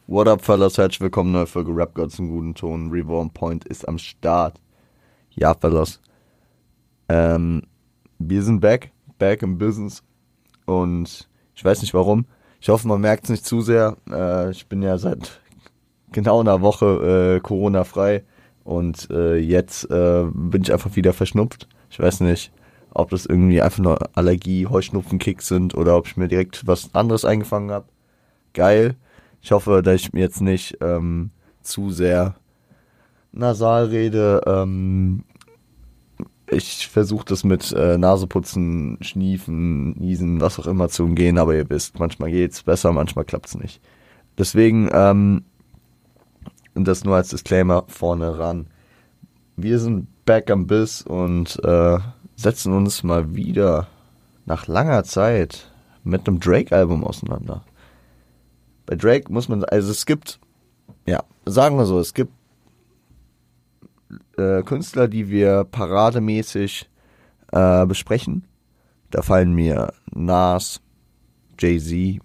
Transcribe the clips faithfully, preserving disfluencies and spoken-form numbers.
What up, fellas? Herzlich willkommen, neue Folge Rap Gods im guten Ton. Reborn Point ist am Start. Ja, fellas. Ähm, wir sind back, back im Business. Und ich weiß nicht warum. Ich hoffe, man merkt es nicht zu sehr. Äh, ich bin ja seit genau einer Woche äh, Corona-frei. Und äh, jetzt äh, bin ich einfach wieder verschnupft. Ich weiß nicht, ob das irgendwie einfach nur Allergie, Heuschnupfen-Kicks sind oder ob ich mir direkt was anderes eingefangen habe. Geil. Ich hoffe, dass ich mir jetzt nicht ähm, zu sehr nasal rede. Ähm, ich versuche das mit äh, Naseputzen, Schniefen, Niesen, was auch immer zu umgehen, aber ihr wisst, manchmal geht's besser, manchmal klappt's nicht. Deswegen, ähm, und das nur als Disclaimer vorne ran. Wir sind back am Biss und äh, setzen uns mal wieder nach langer Zeit mit einem Drake-Album auseinander. Bei Drake muss man, also es gibt, ja, sagen wir so, es gibt äh, Künstler, die wir parademäßig äh, besprechen. Da fallen mir Nas, Jay-Z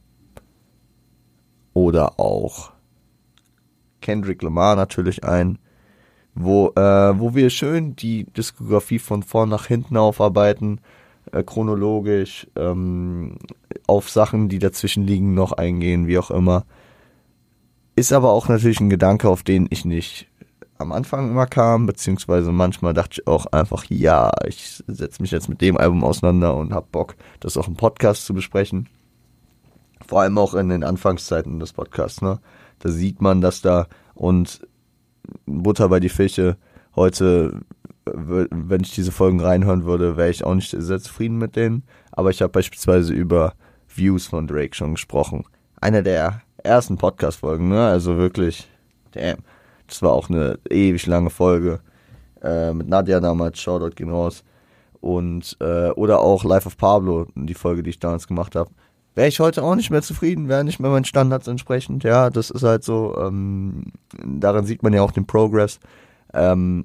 oder auch Kendrick Lamar natürlich ein, wo, äh, wo wir schön die Diskografie von vorn nach hinten aufarbeiten, äh, chronologisch, ähm, auf Sachen, die dazwischen liegen, noch eingehen, wie auch immer. Ist aber auch natürlich ein Gedanke, auf den ich nicht am Anfang immer kam, beziehungsweise manchmal dachte ich auch einfach, ja, ich setze mich jetzt mit dem Album auseinander und hab Bock, das auch im Podcast zu besprechen. Vor allem auch in den Anfangszeiten des Podcasts, ne? Da sieht man, dass da, und Butter bei die Fische, heute, wenn ich diese Folgen reinhören würde, wäre ich auch nicht sehr zufrieden mit denen. Aber ich habe beispielsweise über Views von Drake schon gesprochen. Eine der ersten Podcast-Folgen, ne? Also wirklich, damn. Das war auch eine ewig lange Folge. Äh, mit Nadja damals, Shoutout gehen raus. Und, äh, oder auch Life of Pablo, die Folge, die ich damals gemacht habe. Wäre ich heute auch nicht mehr zufrieden, wäre nicht mehr meinen Standards entsprechend. Ja, das ist halt so, ähm, daran sieht man ja auch den Progress. Ähm,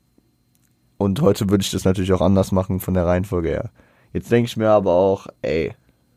und heute würde ich das natürlich auch anders machen von der Reihenfolge her. Jetzt denke ich mir aber auch, ey,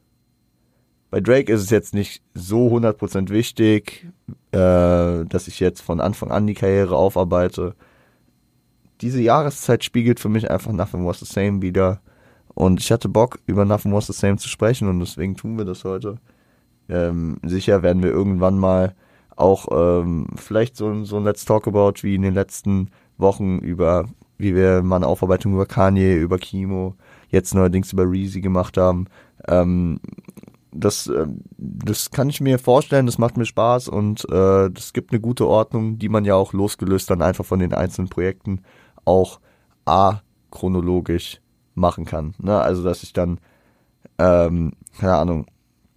bei Drake ist es jetzt nicht so hundert Prozent wichtig, äh, dass ich jetzt von Anfang an die Karriere aufarbeite. Diese Jahreszeit spiegelt für mich einfach Nothing Was The Same wieder. Und ich hatte Bock, über Nothing Was The Same zu sprechen und deswegen tun wir das heute. Ähm, sicher werden wir irgendwann mal auch ähm, vielleicht so, so ein Let's Talk About wie in den letzten Wochen über, wie wir mal eine Aufarbeitung über Kanye, über Kimo, jetzt neuerdings über Reezy gemacht haben. Ähm, das, äh, das kann ich mir vorstellen, das macht mir Spaß und äh, das gibt eine gute Ordnung, die man ja auch losgelöst dann einfach von den einzelnen Projekten auch a chronologisch machen kann, ne? Also dass ich dann ähm, keine Ahnung,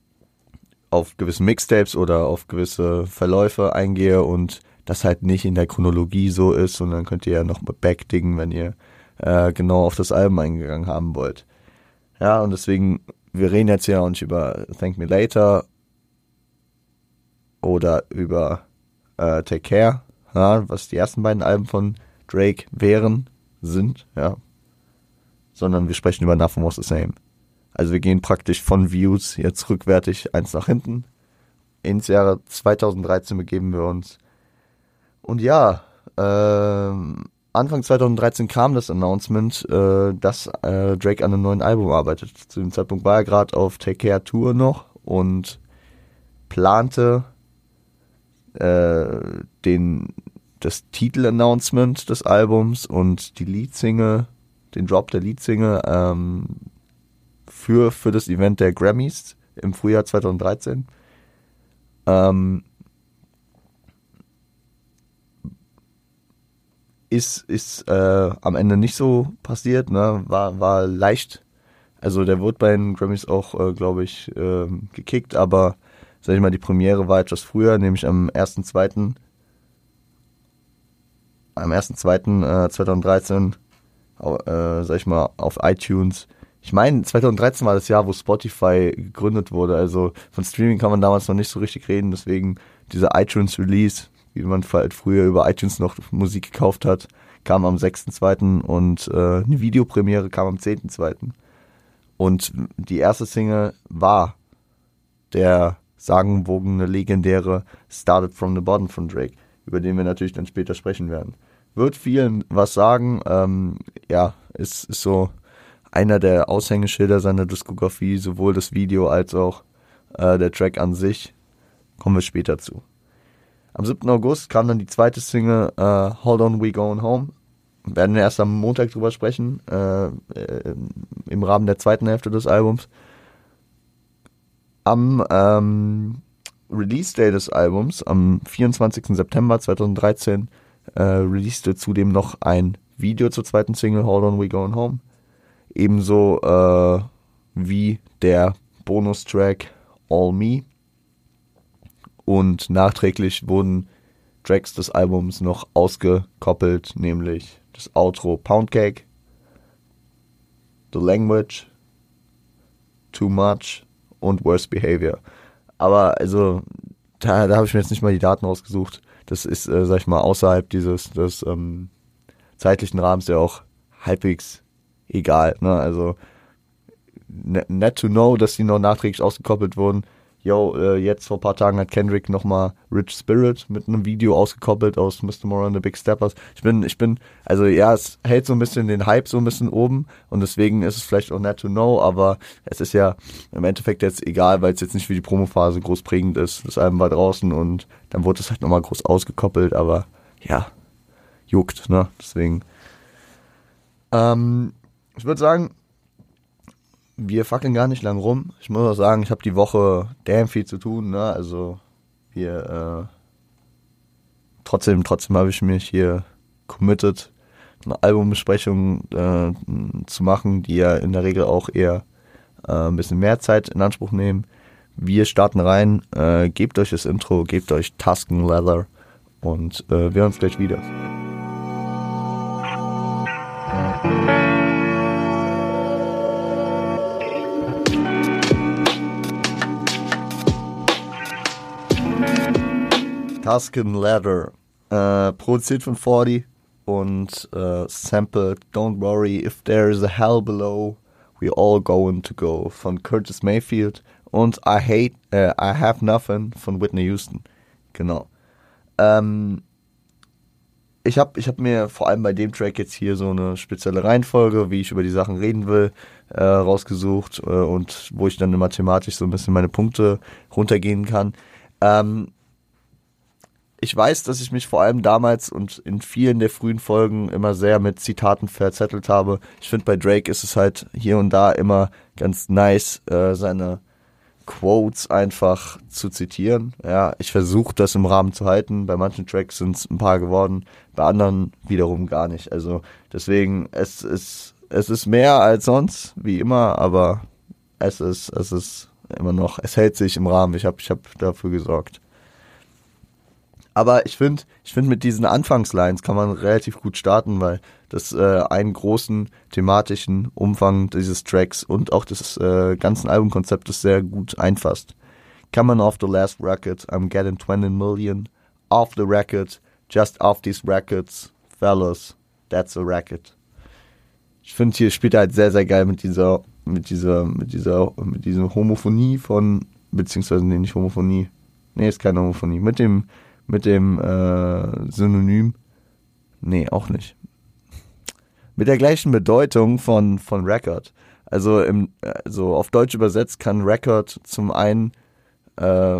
auf gewisse Mixtapes oder auf gewisse Verläufe eingehe und das halt nicht in der Chronologie so ist, sondern könnt ihr ja noch backdingen, wenn ihr äh, genau auf das Album eingegangen haben wollt. Ja, und deswegen, wir reden jetzt ja auch nicht über Thank Me Later oder über äh, Take Care, ja, was die ersten beiden Alben von Drake wären, sind, ja, sondern wir sprechen über Nothing Was The Same. Also wir gehen praktisch von Views jetzt rückwärtig eins nach hinten. Ins Jahre zweitausenddreizehn begeben wir uns. Und ja, ähm, Anfang zweitausenddreizehn kam das Announcement, äh, dass äh, Drake an einem neuen Album arbeitet. Zu dem Zeitpunkt war er gerade auf Take Care Tour noch und plante äh, den, das Titel-Announcement des Albums und die Leadsingle, den Drop der Leadsingle ähm, für, für das Event der Grammys im Frühjahr zweitausenddreizehn. Ähm, ist ist äh, am Ende nicht so passiert, ne? War, war leicht. Also der wurde bei den Grammys auch, äh, glaube ich, äh, gekickt, aber sag ich mal, die Premiere war etwas früher, nämlich am ersten zweiten am ersten zweiten Äh, zweitausenddreizehn, äh, sag ich mal, auf iTunes. Ich meine, zweitausenddreizehn war das Jahr, wo Spotify gegründet wurde, also von Streaming kann man damals noch nicht so richtig reden, deswegen dieser iTunes-Release, wie man halt früher über iTunes noch Musik gekauft hat, kam am sechsten zweiten und äh, eine Videopremiere kam am zehnten zweiten Und die erste Single war der sagenwogene, legendäre Started from the Bottom von Drake, über den wir natürlich dann später sprechen werden. Wird vielen was sagen, ähm, ja, ist, ist so einer der Aushängeschilder seiner Diskografie, sowohl das Video als auch äh, der Track an sich. Kommen wir später zu. Am siebten August kam dann die zweite Single äh, Hold On We Going Home. Wir werden erst am Montag drüber sprechen, äh, äh, im Rahmen der zweiten Hälfte des Albums. Am ähm, Release-Day des Albums, am vierundzwanzigsten September zweitausenddreizehn, äh, releaste zudem noch ein Video zur zweiten Single Hold On We Going Home. Ebenso äh, wie der Bonustrack All Me. Und nachträglich wurden Tracks des Albums noch ausgekoppelt, nämlich das Outro Pound Cake, The Language, Too Much und Worst Behavior. Aber also, da, da habe ich mir jetzt nicht mal die Daten rausgesucht. Das ist, äh, sag ich mal, außerhalb dieses des ähm, zeitlichen Rahmens ja auch halbwegs egal. Ne? Also, net, net to know, dass die noch nachträglich ausgekoppelt wurden. Yo, äh, jetzt vor ein paar Tagen hat Kendrick nochmal Rich Spirit mit einem Video ausgekoppelt aus Mister Moore and the Big Steppers. Ich bin, ich bin, also ja, es hält so ein bisschen den Hype so ein bisschen oben und deswegen ist es vielleicht auch net to know, aber es ist ja im Endeffekt jetzt egal, weil es jetzt nicht für die Promophase groß prägend ist. Das Album war draußen und dann wurde es halt nochmal groß ausgekoppelt, aber ja, juckt, ne, deswegen. Ähm, ich würde sagen, wir fackeln gar nicht lang rum. Ich muss auch sagen, ich habe die Woche damn viel zu tun, ne? Also wir äh, trotzdem, trotzdem habe ich mich hier committed, eine Albumbesprechung äh, zu machen, die ja in der Regel auch eher äh, ein bisschen mehr Zeit in Anspruch nehmen. Wir starten rein, äh, gebt euch das Intro, gebt euch Tusken Leather und äh, wir hören uns gleich wieder. Tusken Leather, äh, produziert von forty und äh, sampled Don't Worry If There's a Hell Below, We All Going to Go von Curtis Mayfield und I Hate, äh, I Have Nothing von Whitney Houston. Genau. Ähm, ich habe ich hab mir vor allem bei dem Track jetzt hier so eine spezielle Reihenfolge, wie ich über die Sachen reden will, äh, rausgesucht äh, und wo ich dann immer thematisch so ein bisschen meine Punkte runtergehen kann. Ähm, Ich weiß, dass ich mich vor allem damals und in vielen der frühen Folgen immer sehr mit Zitaten verzettelt habe. Ich finde, bei Drake ist es halt hier und da immer ganz nice, äh, seine Quotes einfach zu zitieren. Ja, ich versuche das im Rahmen zu halten. Bei manchen Tracks sind es ein paar geworden, bei anderen wiederum gar nicht. Also deswegen, es ist, es ist mehr als sonst, wie immer, aber es ist, es ist immer noch, es hält sich im Rahmen. Ich habe ich hab dafür gesorgt. Aber ich finde, ich finde mit diesen Anfangslines kann man relativ gut starten, weil das äh, einen großen thematischen Umfang dieses Tracks und auch des äh, ganzen Albumkonzeptes sehr gut einfasst. Coming off the last record, I'm getting twenty million. Off the record, just off these records, fellas, that's a record. Ich finde, hier spielt er halt sehr, sehr geil mit dieser, mit dieser, mit dieser, mit dieser Homophonie von, beziehungsweise, nee, nicht Homophonie, nee, ist keine Homophonie, mit dem, mit dem äh, Synonym, nee, auch nicht. Mit der gleichen Bedeutung von, von Record. Also, im, also auf Deutsch übersetzt kann Record zum einen äh,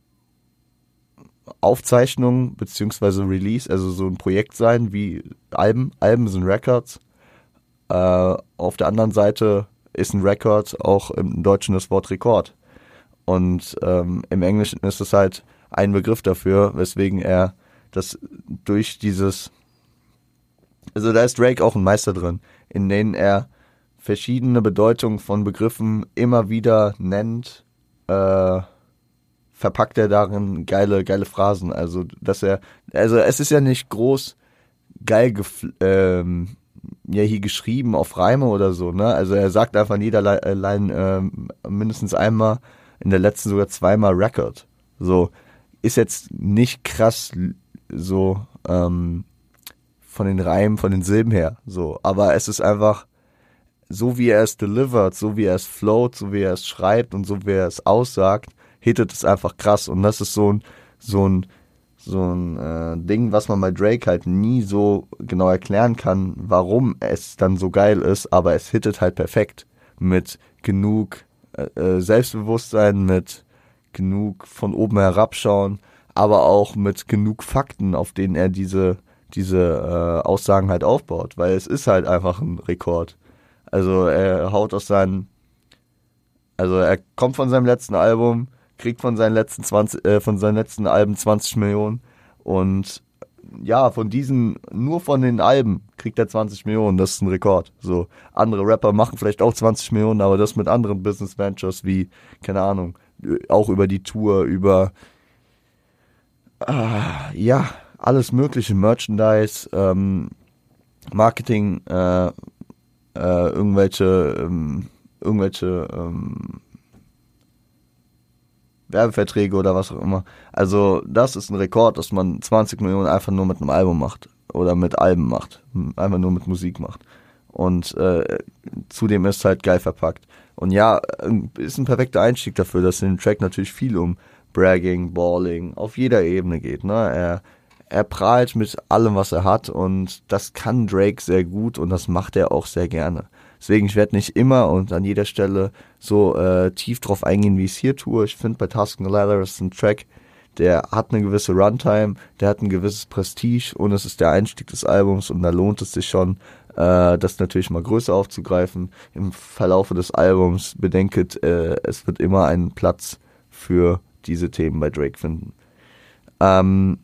Aufzeichnung beziehungsweise Release, also so ein Projekt sein wie Alben. Alben sind Records. Äh, auf der anderen Seite ist ein Record auch im Deutschen das Wort Rekord. Und ähm, im Englischen ist es halt ein Begriff dafür, weswegen er das durch dieses, also da ist Drake auch ein Meister drin, in denen er verschiedene Bedeutungen von Begriffen immer wieder nennt, äh, verpackt er darin geile, geile Phrasen, also dass er, also es ist ja nicht groß geil gef- ähm, ja hier geschrieben auf Reime oder so, ne, also er sagt einfach in jeder Line äh, mindestens einmal, in der letzten sogar zweimal Record, so, ist jetzt nicht krass so ähm, von den Reimen, von den Silben her, so, aber es ist einfach so, wie er es delivert, so wie er es float, so wie er es schreibt und so wie er es aussagt, hittet es einfach krass. Und das ist so ein, so ein, so ein äh, Ding, was man bei Drake halt nie so genau erklären kann, warum es dann so geil ist, aber es hittet halt perfekt mit genug äh, Selbstbewusstsein, mit genug von oben herabschauen, aber auch mit genug Fakten, auf denen er diese, diese äh, Aussagen halt aufbaut, weil es ist halt einfach ein Rekord. Also er haut aus seinen, also er kommt von seinem letzten Album, kriegt von seinen letzten zwanzig, äh, von seinen letzten Alben zwanzig Millionen und ja, von diesen, nur von den Alben kriegt er zwanzig Millionen, das ist ein Rekord. So, andere Rapper machen vielleicht auch zwanzig Millionen, aber das mit anderen Business Ventures wie, keine Ahnung, auch über die Tour, über, ah, ja, alles mögliche, Merchandise, ähm, Marketing, äh, äh, irgendwelche, ähm, irgendwelche, ähm, Werbeverträge oder was auch immer. Also das ist ein Rekord, dass man zwanzig Millionen einfach nur mit einem Album macht oder mit Alben macht, einfach nur mit Musik macht. Und äh, zudem ist es halt geil verpackt. Und ja, ist ein perfekter Einstieg dafür, dass in dem Track natürlich viel um Bragging, Balling auf jeder Ebene geht. Ne? Er, er prahlt mit allem, was er hat und das kann Drake sehr gut und das macht er auch sehr gerne. Deswegen, ich werde nicht immer und an jeder Stelle so äh, tief drauf eingehen, wie ich es hier tue. Ich finde, bei Tusken Leather ist ein Track, der hat eine gewisse Runtime, der hat ein gewisses Prestige und es ist der Einstieg des Albums und da lohnt es sich schon, äh, das natürlich mal größer aufzugreifen. Im Verlaufe des Albums bedenket, äh, es wird immer einen Platz für diese Themen bei Drake finden. Ähm,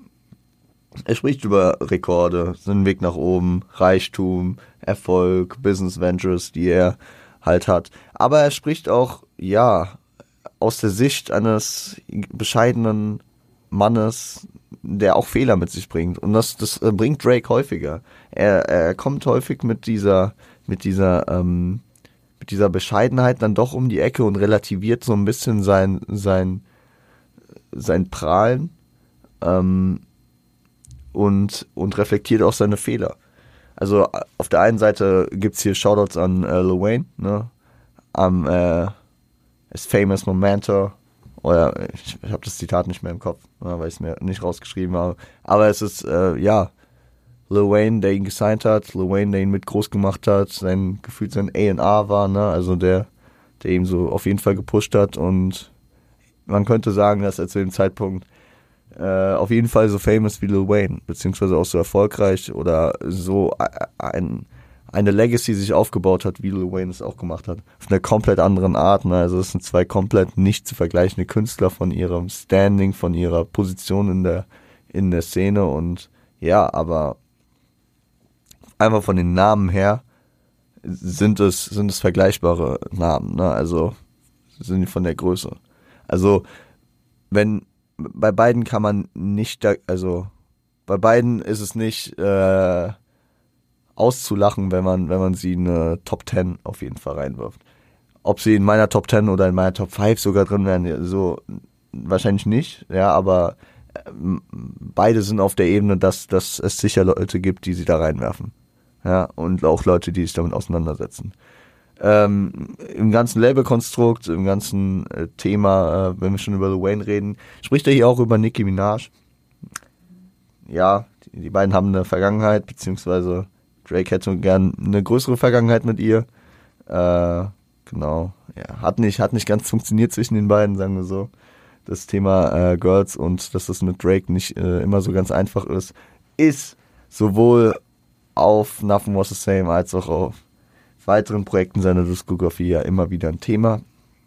Er spricht über Rekorde, seinen Weg nach oben, Reichtum, Erfolg, Business Ventures, die er halt hat. Aber er spricht auch, ja, aus der Sicht eines bescheidenen Mannes, der auch Fehler mit sich bringt. Und das, das bringt Drake häufiger. Er, er kommt häufig mit dieser, mit dieser, ähm, mit dieser Bescheidenheit dann doch um die Ecke und relativiert so ein bisschen sein, sein, sein Prahlen. Ähm, und und reflektiert auch seine Fehler. Also auf der einen Seite gibt's hier Shoutouts an äh, Lil Wayne, ne? Am äh, as famous momento, oder ich, ich habe das Zitat nicht mehr im Kopf, ne, weil ich es mir nicht rausgeschrieben habe. Aber es ist, äh, ja, Lil Wayne, der ihn gesigned hat, Lil Wayne, der ihn mit groß gemacht hat, sein gefühlt sein A und R war, ne? Also der, der ihm so auf jeden Fall gepusht hat und man könnte sagen, dass er zu dem Zeitpunkt Äh, auf jeden Fall so famous wie Lil Wayne, beziehungsweise auch so erfolgreich oder so ein, eine Legacy sich aufgebaut hat, wie Lil Wayne es auch gemacht hat. Auf einer komplett anderen Art. Ne? Also es sind zwei komplett nicht zu vergleichende Künstler von ihrem Standing, von ihrer Position in der, in der Szene und ja, aber einfach von den Namen her sind es, sind es vergleichbare Namen. Ne? Also sind die von der Größe. Also wenn bei beiden kann man nicht, da, also bei beiden ist es nicht äh, auszulachen, wenn man, wenn man sie in eine Top Ten auf jeden Fall reinwirft. Ob sie in meiner Top Ten oder in meiner Top Five sogar drin wären, so wahrscheinlich nicht, ja, aber äh, beide sind auf der Ebene, dass, dass es sicher Leute gibt, die sie da reinwerfen. Ja, und auch Leute, die sich damit auseinandersetzen. Ähm, im ganzen Labelkonstrukt, im ganzen äh, Thema, äh, wenn wir schon über Lil Wayne reden, spricht er hier auch über Nicki Minaj. Ja, die, die beiden haben eine Vergangenheit, beziehungsweise Drake hätte gern eine größere Vergangenheit mit ihr. Äh, genau, ja, hat nicht, hat nicht ganz funktioniert zwischen den beiden, sagen wir so. Das Thema äh, Girls und dass das mit Drake nicht äh, immer so ganz einfach ist, ist sowohl auf Nothing Was the Same als auch auf weiteren Projekten seiner Diskografie ja immer wieder ein Thema.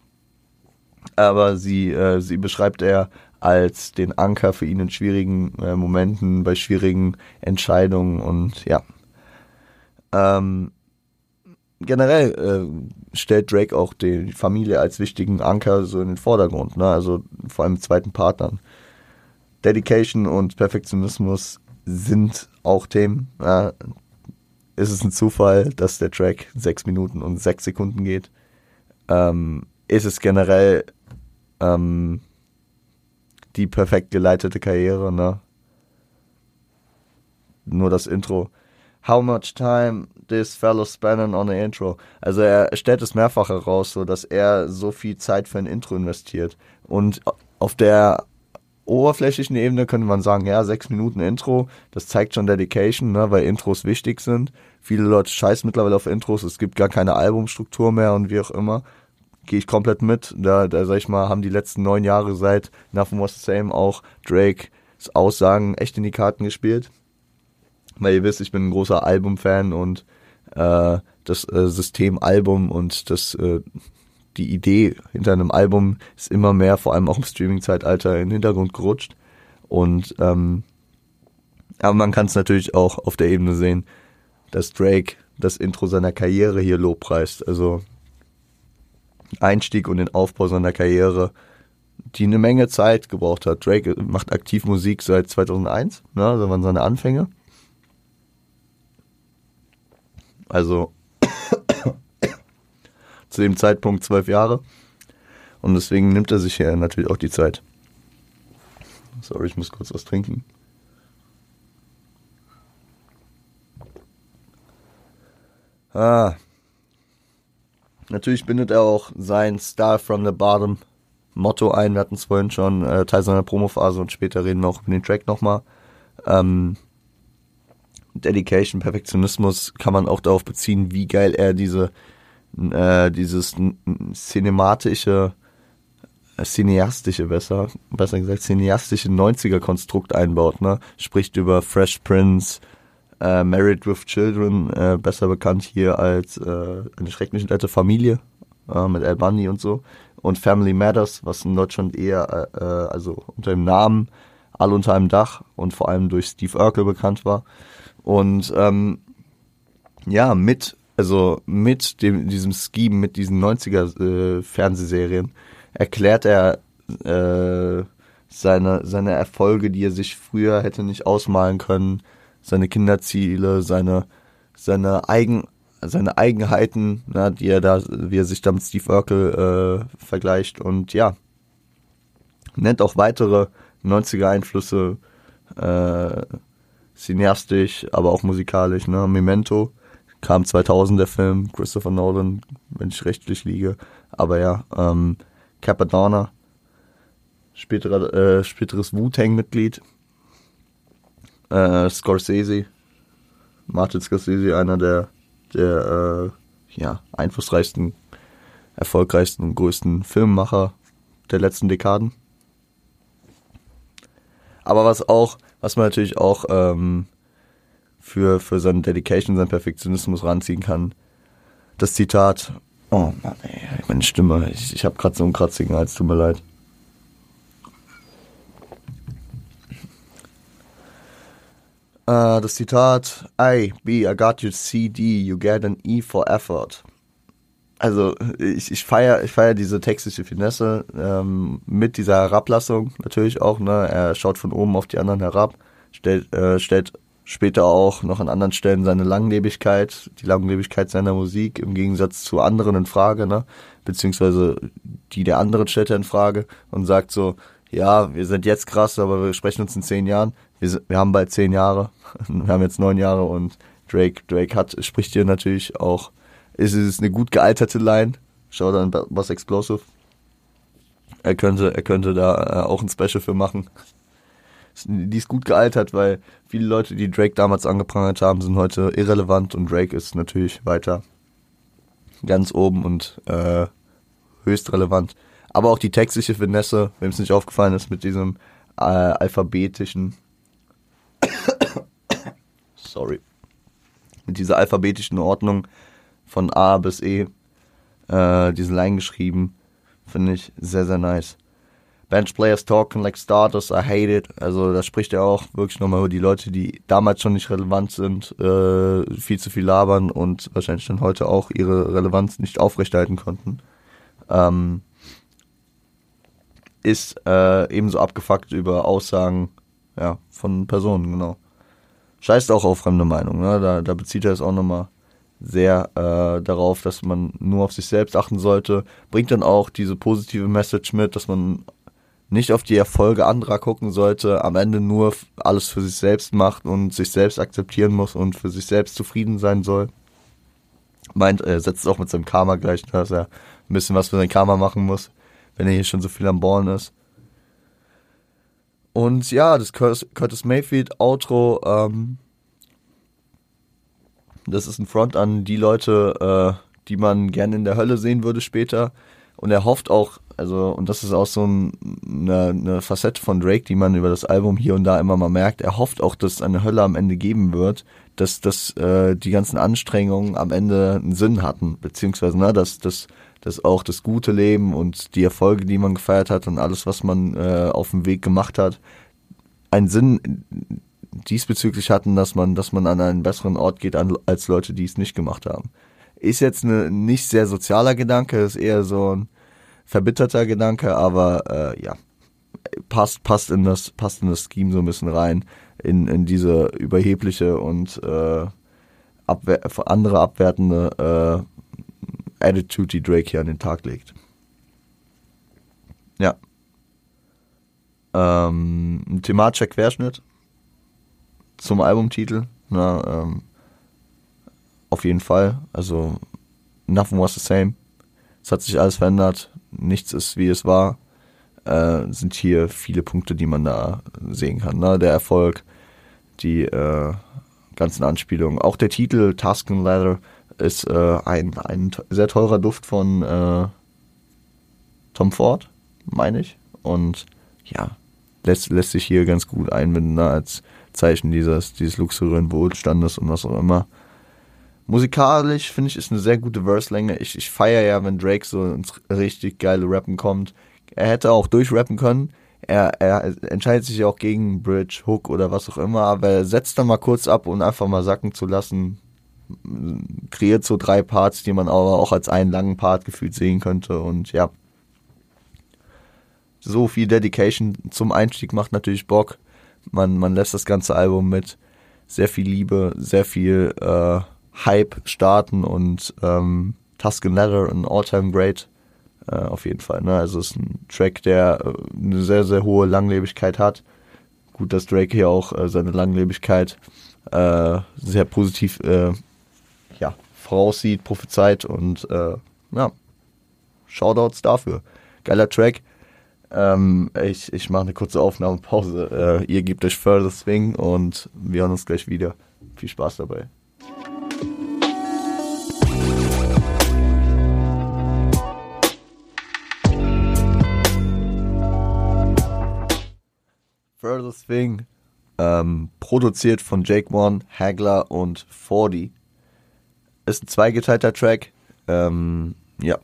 Aber sie, äh, sie beschreibt er als den Anker für ihn in schwierigen äh, Momenten, bei schwierigen Entscheidungen und ja. Ähm, generell äh, stellt Drake auch die Familie als wichtigen Anker so in den Vordergrund, ne? Also vor allem mit zweiten Partnern. Dedication und Perfektionismus sind auch Themen, ja. Ist es ein Zufall, dass der Track sechs Minuten und sechs Sekunden geht? Ähm, ist es generell ähm, die perfekt geleitete Karriere, ne? Nur das Intro. How much time this fellow spending on the intro. Also er stellt es mehrfach heraus, so dass er so viel Zeit für ein Intro investiert. Und auf der oberflächlichen Ebene könnte man sagen, ja, sechs Minuten Intro, das zeigt schon Dedication, ne, weil Intros wichtig sind. Viele Leute scheißen mittlerweile auf Intros, es gibt gar keine Albumstruktur mehr und wie auch immer. Gehe ich komplett mit. Da, da sag ich mal, haben die letzten neun Jahre seit Nothing Was the Same auch Drake's Aussagen echt in die Karten gespielt. Weil ihr wisst, ich bin ein großer Album-Fan und äh, das äh, System Album und das äh, die Idee hinter einem Album ist immer mehr, vor allem auch im Streaming-Zeitalter, in den Hintergrund gerutscht. Und ähm, aber man kann es natürlich auch auf der Ebene sehen, dass Drake das Intro seiner Karriere hier lobpreist. Also Einstieg und den Aufbau seiner Karriere, die eine Menge Zeit gebraucht hat. Drake macht aktiv Musik seit zweitausendeins, ne, das waren seine Anfänge. Also zu dem Zeitpunkt zwölf Jahre. Und deswegen nimmt er sich hier natürlich auch die Zeit. Sorry, ich muss kurz was trinken. Ah. Natürlich bindet er auch sein Star from the Bottom Motto ein. Wir hatten es vorhin schon, äh, Teil seiner Promophase und später reden wir auch über den Track nochmal. Ähm, Dedication, Perfektionismus kann man auch darauf beziehen, wie geil er diese äh, dieses n- n- cinematische, äh, cineastische, besser, besser gesagt, cineastische neunziger-Konstrukt einbaut, ne? Spricht über Fresh Prince, äh, Married with Children, äh, besser bekannt hier als äh, eine schrecklich nette Familie äh, mit Al Bundy und so, und Family Matters, was in Deutschland eher, äh, also unter dem Namen Alle unter einem Dach und vor allem durch Steve Urkel bekannt war. Und ähm, ja, mit, also mit dem, diesem Scheme, mit diesen neunziger-Fernsehserien äh, erklärt er äh, seine, seine Erfolge, die er sich früher hätte nicht ausmalen können, seine Kinderziele, seine, seine, Eigen, seine Eigenheiten, na, die er da, wie er sich da mit Steve Urkel äh, vergleicht, und ja, nennt auch weitere neunziger-Einflüsse, äh, cineastisch, aber auch musikalisch, ne? Memento kam zweitausend, der Film, Christopher Nolan, wenn ich rechtlich liege, aber ja, ähm, Cappadonna, späterer, äh, späteres Wu-Tang-Mitglied, äh, Scorsese, Martin Scorsese, einer der, der äh, ja, einflussreichsten, erfolgreichsten und größten Filmemacher der letzten Dekaden. Aber was auch, was man natürlich auch ähm, für, für seine Dedication, seinen Perfektionismus ranziehen kann, das Zitat, oh Mann, ey, meine Stimme, ich, ich habe gerade so einen kratzigen Hals, tut mir leid. Äh, das Zitat, I, B, I got your C D, you get an E for effort. Also ich, ich feiere ich feier diese textliche Finesse ähm, mit dieser Herablassung natürlich auch, ne? Er schaut von oben auf die anderen herab, stellt, äh, stellt später auch noch an anderen Stellen seine Langlebigkeit, die Langlebigkeit seiner Musik im Gegensatz zu anderen in Frage, ne? Beziehungsweise die der anderen stellt er in Frage und sagt so, ja, wir sind jetzt krass, aber wir sprechen uns in zehn Jahren. Wir, sind, wir haben bald zehn Jahre, wir haben jetzt neun Jahre und Drake, Drake hat, spricht hier natürlich auch. Es ist eine gut gealterte Line. Schau dann Boss Explosive. Er könnte, er könnte da auch ein Special für machen. Die ist gut gealtert, weil viele Leute, die Drake damals angeprangert haben, sind heute irrelevant und Drake ist natürlich weiter ganz oben und äh, höchst relevant. Aber auch die textliche Finesse, wem es nicht aufgefallen ist, mit diesem äh, alphabetischen sorry, mit dieser alphabetischen Ordnung von A bis E, äh, diese Line geschrieben, finde ich sehr, sehr nice. Bench players talking like starters, I hate it. Also da spricht er auch wirklich nochmal über die Leute, die damals schon nicht relevant sind, äh, viel zu viel labern und wahrscheinlich dann heute auch ihre Relevanz nicht aufrechterhalten konnten. Ähm, ist äh, ebenso abgefuckt über Aussagen, ja, von Personen, genau. Scheißt auch auf fremde Meinung, ne? Da, da bezieht er es auch nochmal sehr äh, darauf, dass man nur auf sich selbst achten sollte. Bringt dann auch diese positive Message mit, dass man nicht auf die Erfolge anderer gucken sollte, am Ende nur alles für sich selbst macht und sich selbst akzeptieren muss und für sich selbst zufrieden sein soll. Meint, er setzt auch mit seinem Karma gleich, dass er ein bisschen was für sein Karma machen muss, wenn er hier schon so viel am Ballen ist. Und ja, das Curtis, Curtis Mayfield Outro, ähm, das ist ein Front an die Leute, äh, die man gerne in der Hölle sehen würde später. Und er hofft auch, also, und das ist auch so ein, eine, eine Facette von Drake, die man über das Album hier und da immer mal merkt, er hofft auch, dass es eine Hölle am Ende geben wird, dass, dass äh, die ganzen Anstrengungen am Ende einen Sinn hatten, beziehungsweise, ne, dass, dass, dass auch das gute Leben und die Erfolge, die man gefeiert hat und alles, was man äh, auf dem Weg gemacht hat, einen Sinn diesbezüglich hatten, dass man, dass man an einen besseren Ort geht an, als Leute, die es nicht gemacht haben. Ist jetzt ein nicht sehr sozialer Gedanke, ist eher so ein verbitterter Gedanke, aber äh, ja, passt passt in das passt in das Scheme so ein bisschen rein, in in diese überhebliche und äh, abwehr, andere abwertende äh, Attitude, die Drake hier an den Tag legt. Ja. Ähm, ein thematischer Querschnitt zum Albumtitel, na, ähm, auf jeden Fall, also nothing was the same, es hat sich alles verändert, nichts ist wie es war, äh, sind hier viele Punkte, die man da sehen kann, ne? Der Erfolg, die äh, ganzen Anspielungen, auch der Titel Tuscan Leather ist äh, ein, ein sehr teurer Duft von äh, Tom Ford, meine ich, und ja, lässt, lässt sich hier ganz gut einbinden, ne? Als Zeichen dieses, dieses luxuriösen Wohlstandes und was auch immer. Musikalisch, finde ich, ist eine sehr gute Verse-Länge. Ich, ich feiere ja, wenn Drake so ins richtig geile Rappen kommt. Er hätte auch durchrappen können. Er, er entscheidet sich auch gegen Bridge, Hook oder was auch immer, aber er setzt dann mal kurz ab, um einfach mal sacken zu lassen. Kreiert so drei Parts, die man aber auch als einen langen Part gefühlt sehen könnte. Und ja, so viel Dedication zum Einstieg macht natürlich Bock. Man, man lässt das ganze Album mit sehr viel Liebe, sehr viel äh, Hype starten und ähm, Tuscan Leather, ein All-Time Great, äh, auf jeden Fall. Ne? Also es ist ein Track, der äh, eine sehr, sehr hohe Langlebigkeit hat. Gut, dass Drake hier auch äh, seine Langlebigkeit äh, sehr positiv äh, ja, voraussieht, prophezeit und äh, ja, Shoutouts dafür. Geiler Track. Ähm, ich ich mache eine kurze Aufnahmepause. Äh, ihr gebt euch Further Swing und wir hören uns gleich wieder. Viel Spaß dabei. Further Swing, ähm, produziert von Jake One, Hagler und vierzig. Ist ein zweigeteilter Track. Ähm, ja.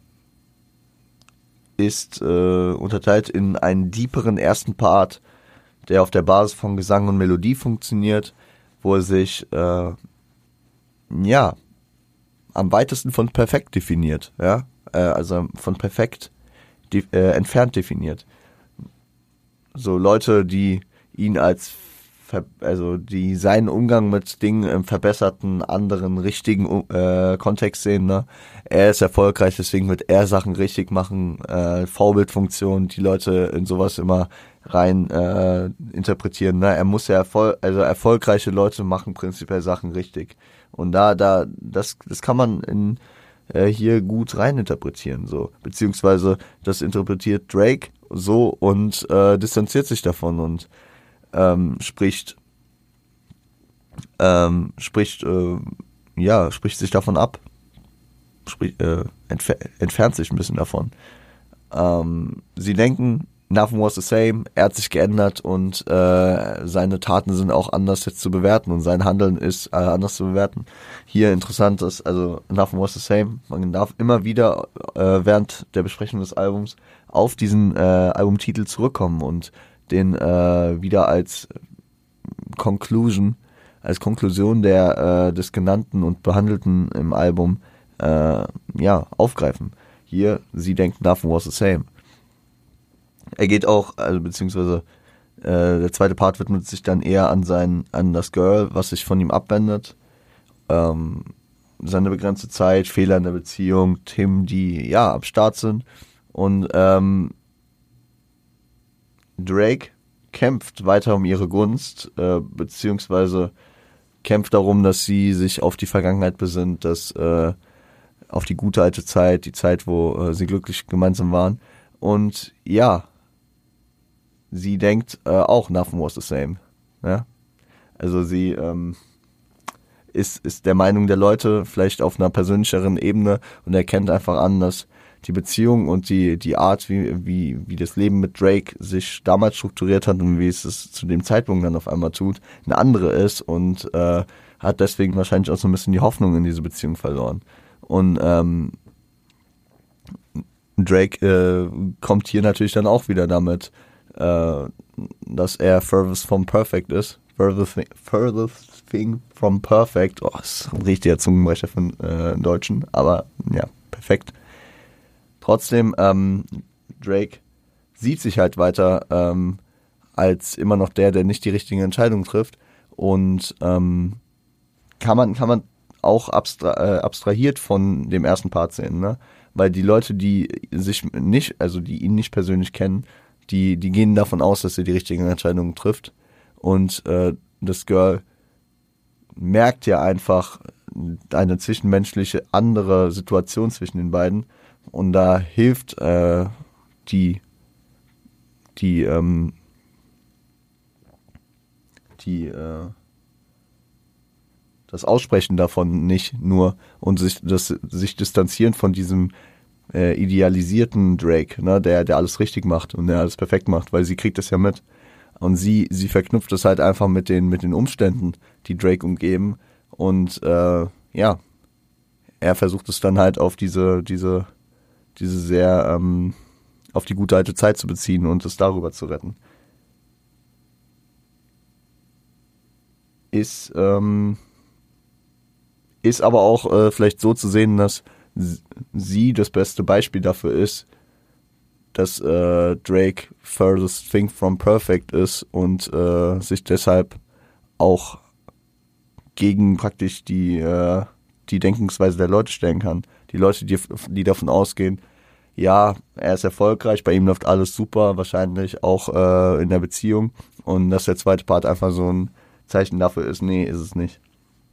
Ist äh, unterteilt in einen deeperen ersten Part, der auf der Basis von Gesang und Melodie funktioniert, wo er sich äh, ja am weitesten von perfekt definiert, ja, äh, also von perfekt de- äh, entfernt definiert. So Leute, die ihn als ver- also die seinen Umgang mit Dingen im verbesserten, anderen, richtigen äh, Kontext sehen, ne? Er ist erfolgreich, deswegen wird er Sachen richtig machen, äh, Vorbildfunktion, die Leute in sowas immer rein äh, interpretieren, ne? Er muss ja erfol- also erfolgreiche Leute machen prinzipiell Sachen richtig. Und da, da, das, das kann man in äh, hier gut rein interpretieren, so. Beziehungsweise das interpretiert Drake so und äh, distanziert sich davon und ähm, spricht ähm, spricht äh, ja, spricht sich davon ab. Sprich, äh, entfer- entfernt sich ein bisschen davon. Ähm, sie denken, nothing was the same, er hat sich geändert und äh, seine Taten sind auch anders jetzt zu bewerten und sein Handeln ist äh, anders zu bewerten. Hier interessant ist, also nothing was the same, man darf immer wieder äh, während der Besprechung des Albums auf diesen äh, Albumtitel zurückkommen und den äh, wieder als Conclusion, als Konklusion der äh, des Genannten und Behandelten im Album äh, ja, aufgreifen. Hier, sie denkt, nothing was the same. Er geht auch, also beziehungsweise äh, der zweite Part widmet sich dann eher an sein, an das Girl, was sich von ihm abwendet. Ähm, seine begrenzte Zeit, Fehler in der Beziehung, Themen, die ja am Start sind. Und ähm, Drake kämpft weiter um ihre Gunst, äh, beziehungsweise kämpft darum, dass sie sich auf die Vergangenheit besinnt, dass äh, auf die gute alte Zeit, die Zeit, wo äh, sie glücklich gemeinsam waren. Und ja, sie denkt äh, auch, nothing was the same. Ja? Also sie ähm, ist, ist der Meinung der Leute vielleicht auf einer persönlicheren Ebene und erkennt einfach an, dass die Beziehung und die, die Art, wie, wie, wie das Leben mit Drake sich damals strukturiert hat und wie es es zu dem Zeitpunkt dann auf einmal tut, eine andere ist und äh, hat deswegen wahrscheinlich auch so ein bisschen die Hoffnung in diese Beziehung verloren. Und ähm, Drake äh, kommt hier natürlich dann auch wieder damit, äh, dass er furthest from perfect ist. Furthest, furthest thing from perfect. Oh, das ist ein richtiger Zungenbrecher von äh, Deutschen, aber ja, perfekt. Trotzdem, ähm, Drake sieht sich halt weiter ähm, als immer noch der, der nicht die richtigen Entscheidungen trifft und ähm, kann man kann man auch abstra- äh, abstrahiert von dem ersten Part sehen, ne? Weil die Leute, die sich nicht, also die ihn nicht persönlich kennen, die die gehen davon aus, dass er die richtigen Entscheidungen trifft und äh, das Girl merkt ja einfach eine zwischenmenschliche andere Situation zwischen den beiden. Und da hilft äh, die, die, ähm, die, äh, das Aussprechen davon nicht nur und sich, das, sich distanzieren von diesem äh, idealisierten Drake, ne, der, der alles richtig macht und der alles perfekt macht, weil sie kriegt das ja mit. Und sie, sie verknüpft das halt einfach mit den, mit den Umständen, die Drake umgeben. Und äh, ja, er versucht es dann halt auf diese, diese, diese sehr ähm, auf die gute alte Zeit zu beziehen und es darüber zu retten. Ist, ähm, ist aber auch äh, vielleicht so zu sehen, dass sie das beste Beispiel dafür ist, dass äh, Drake furthest thing from perfect ist und äh, sich deshalb auch gegen praktisch die, äh, die Denkensweise der Leute stellen kann. Die Leute, die, die davon ausgehen, ja, er ist erfolgreich, bei ihm läuft alles super, wahrscheinlich auch äh, in der Beziehung und dass der zweite Part einfach so ein Zeichen dafür ist, nee, ist es nicht.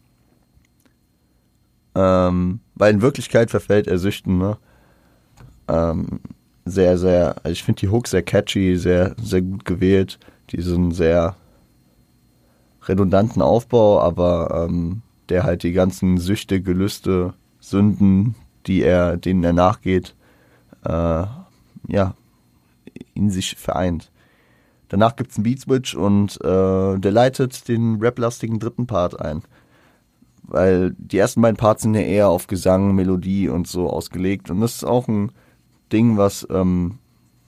Ähm, weil in Wirklichkeit verfällt er Süchten, ne? Ähm, sehr, sehr, also ich finde die Hooks sehr catchy, sehr, sehr gut gewählt, diesen sehr redundanten Aufbau, aber ähm, der halt die ganzen Süchte, Gelüste, Sünden, die er, denen er nachgeht, äh, ja, in sich vereint. Danach gibt's einen Beat-Switch und äh, der leitet den rap-lastigen dritten Part ein. Weil die ersten beiden Parts sind ja eher auf Gesang, Melodie und so ausgelegt. Und das ist auch ein Ding, was ähm,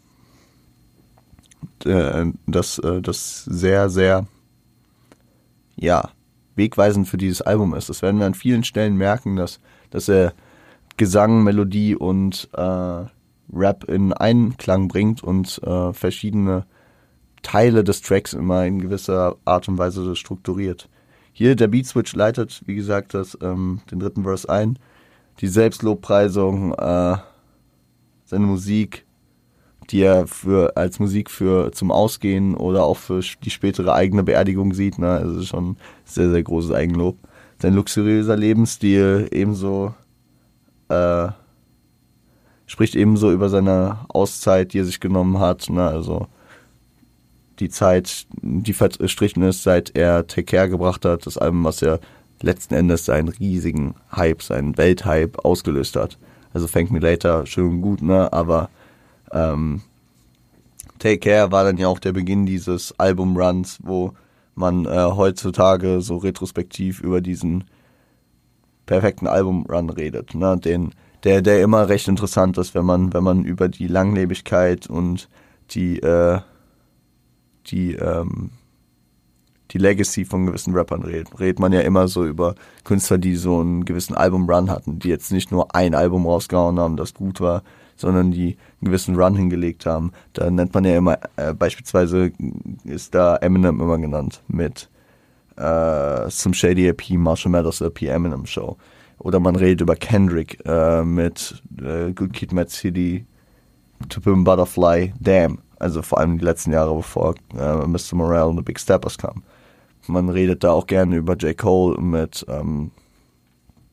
äh, das, äh, das sehr, sehr ja, wegweisend für dieses Album ist. Das werden wir an vielen Stellen merken, dass, dass er Gesang, Melodie und äh, Rap in Einklang bringt und äh, verschiedene Teile des Tracks immer in gewisser Art und Weise strukturiert. Hier der Beat-Switch leitet, wie gesagt, das, ähm, den dritten Verse ein. Die Selbstlobpreisung, äh, seine Musik, die er für als Musik für zum Ausgehen oder auch für die spätere eigene Beerdigung sieht. Ne? Also schon sehr, sehr großes Eigenlob. Sein luxuriöser Lebensstil ebenso äh, spricht ebenso über seine Auszeit, die er sich genommen hat. Ne? Also die Zeit, die verstrichen ist, seit er Take Care gebracht hat, das Album, was ja letzten Endes seinen riesigen Hype, seinen Welthype ausgelöst hat. Also Thank Me Later, schön und gut, ne, aber ähm, Take Care war dann ja auch der Beginn dieses Album-Runs, wo man äh, heutzutage so retrospektiv über diesen perfekten Album-Run redet, ne, den, der, der immer recht interessant ist, wenn man, wenn man über die Langlebigkeit und die, äh, die, ähm, die Legacy von gewissen Rappern redet. Redet man ja immer so über Künstler, die so einen gewissen Album-Run hatten, die jetzt nicht nur ein Album rausgehauen haben, das gut war, sondern die einen gewissen Run hingelegt haben. Da nennt man ja immer, äh, beispielsweise ist da Eminem immer genannt mit äh, Some Shady E P, Marshall Mathers E P, Eminem Show. Oder man redet über Kendrick äh, mit äh, Good Kid, Mad City, To Pimp a Butterfly, Damn. Also vor allem die letzten Jahre, bevor äh, Mister Morale und The Big Steppers kamen. Man redet da auch gerne über J. Cole mit ähm,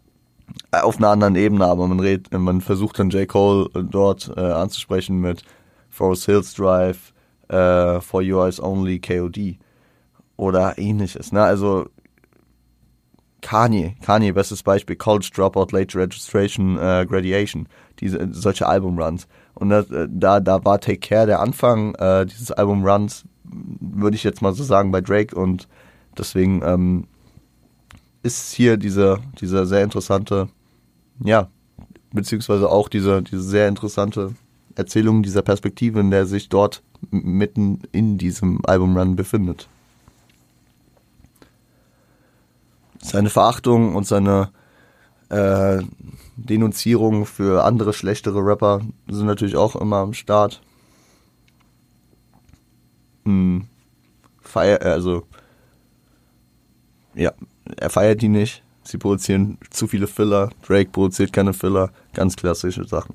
auf einer anderen Ebene, aber man redet, man versucht dann J. Cole dort äh, anzusprechen mit Forest Hills Drive, äh, For Your Eyes Only, K O D oder ähnliches, ne, also Kanye, Kanye, bestes Beispiel, College Dropout, Late Registration, äh, Graduation, diese, solche Albumruns. Und das, da, da war Take Care der Anfang äh, dieses Albumruns, würde ich jetzt mal so sagen, bei Drake, und deswegen ähm, ist hier diese, diese sehr interessante, ja, beziehungsweise auch diese, diese sehr interessante Erzählung dieser Perspektive, in der sich dort mitten in diesem Albumrun befindet. Seine Verachtung und seine äh, Denunzierung für andere schlechtere Rapper sind natürlich auch immer am Start. Hm, feier, also ja, er feiert die nicht. Sie produzieren zu viele Filler. Drake produziert keine Filler. Ganz klassische Sachen.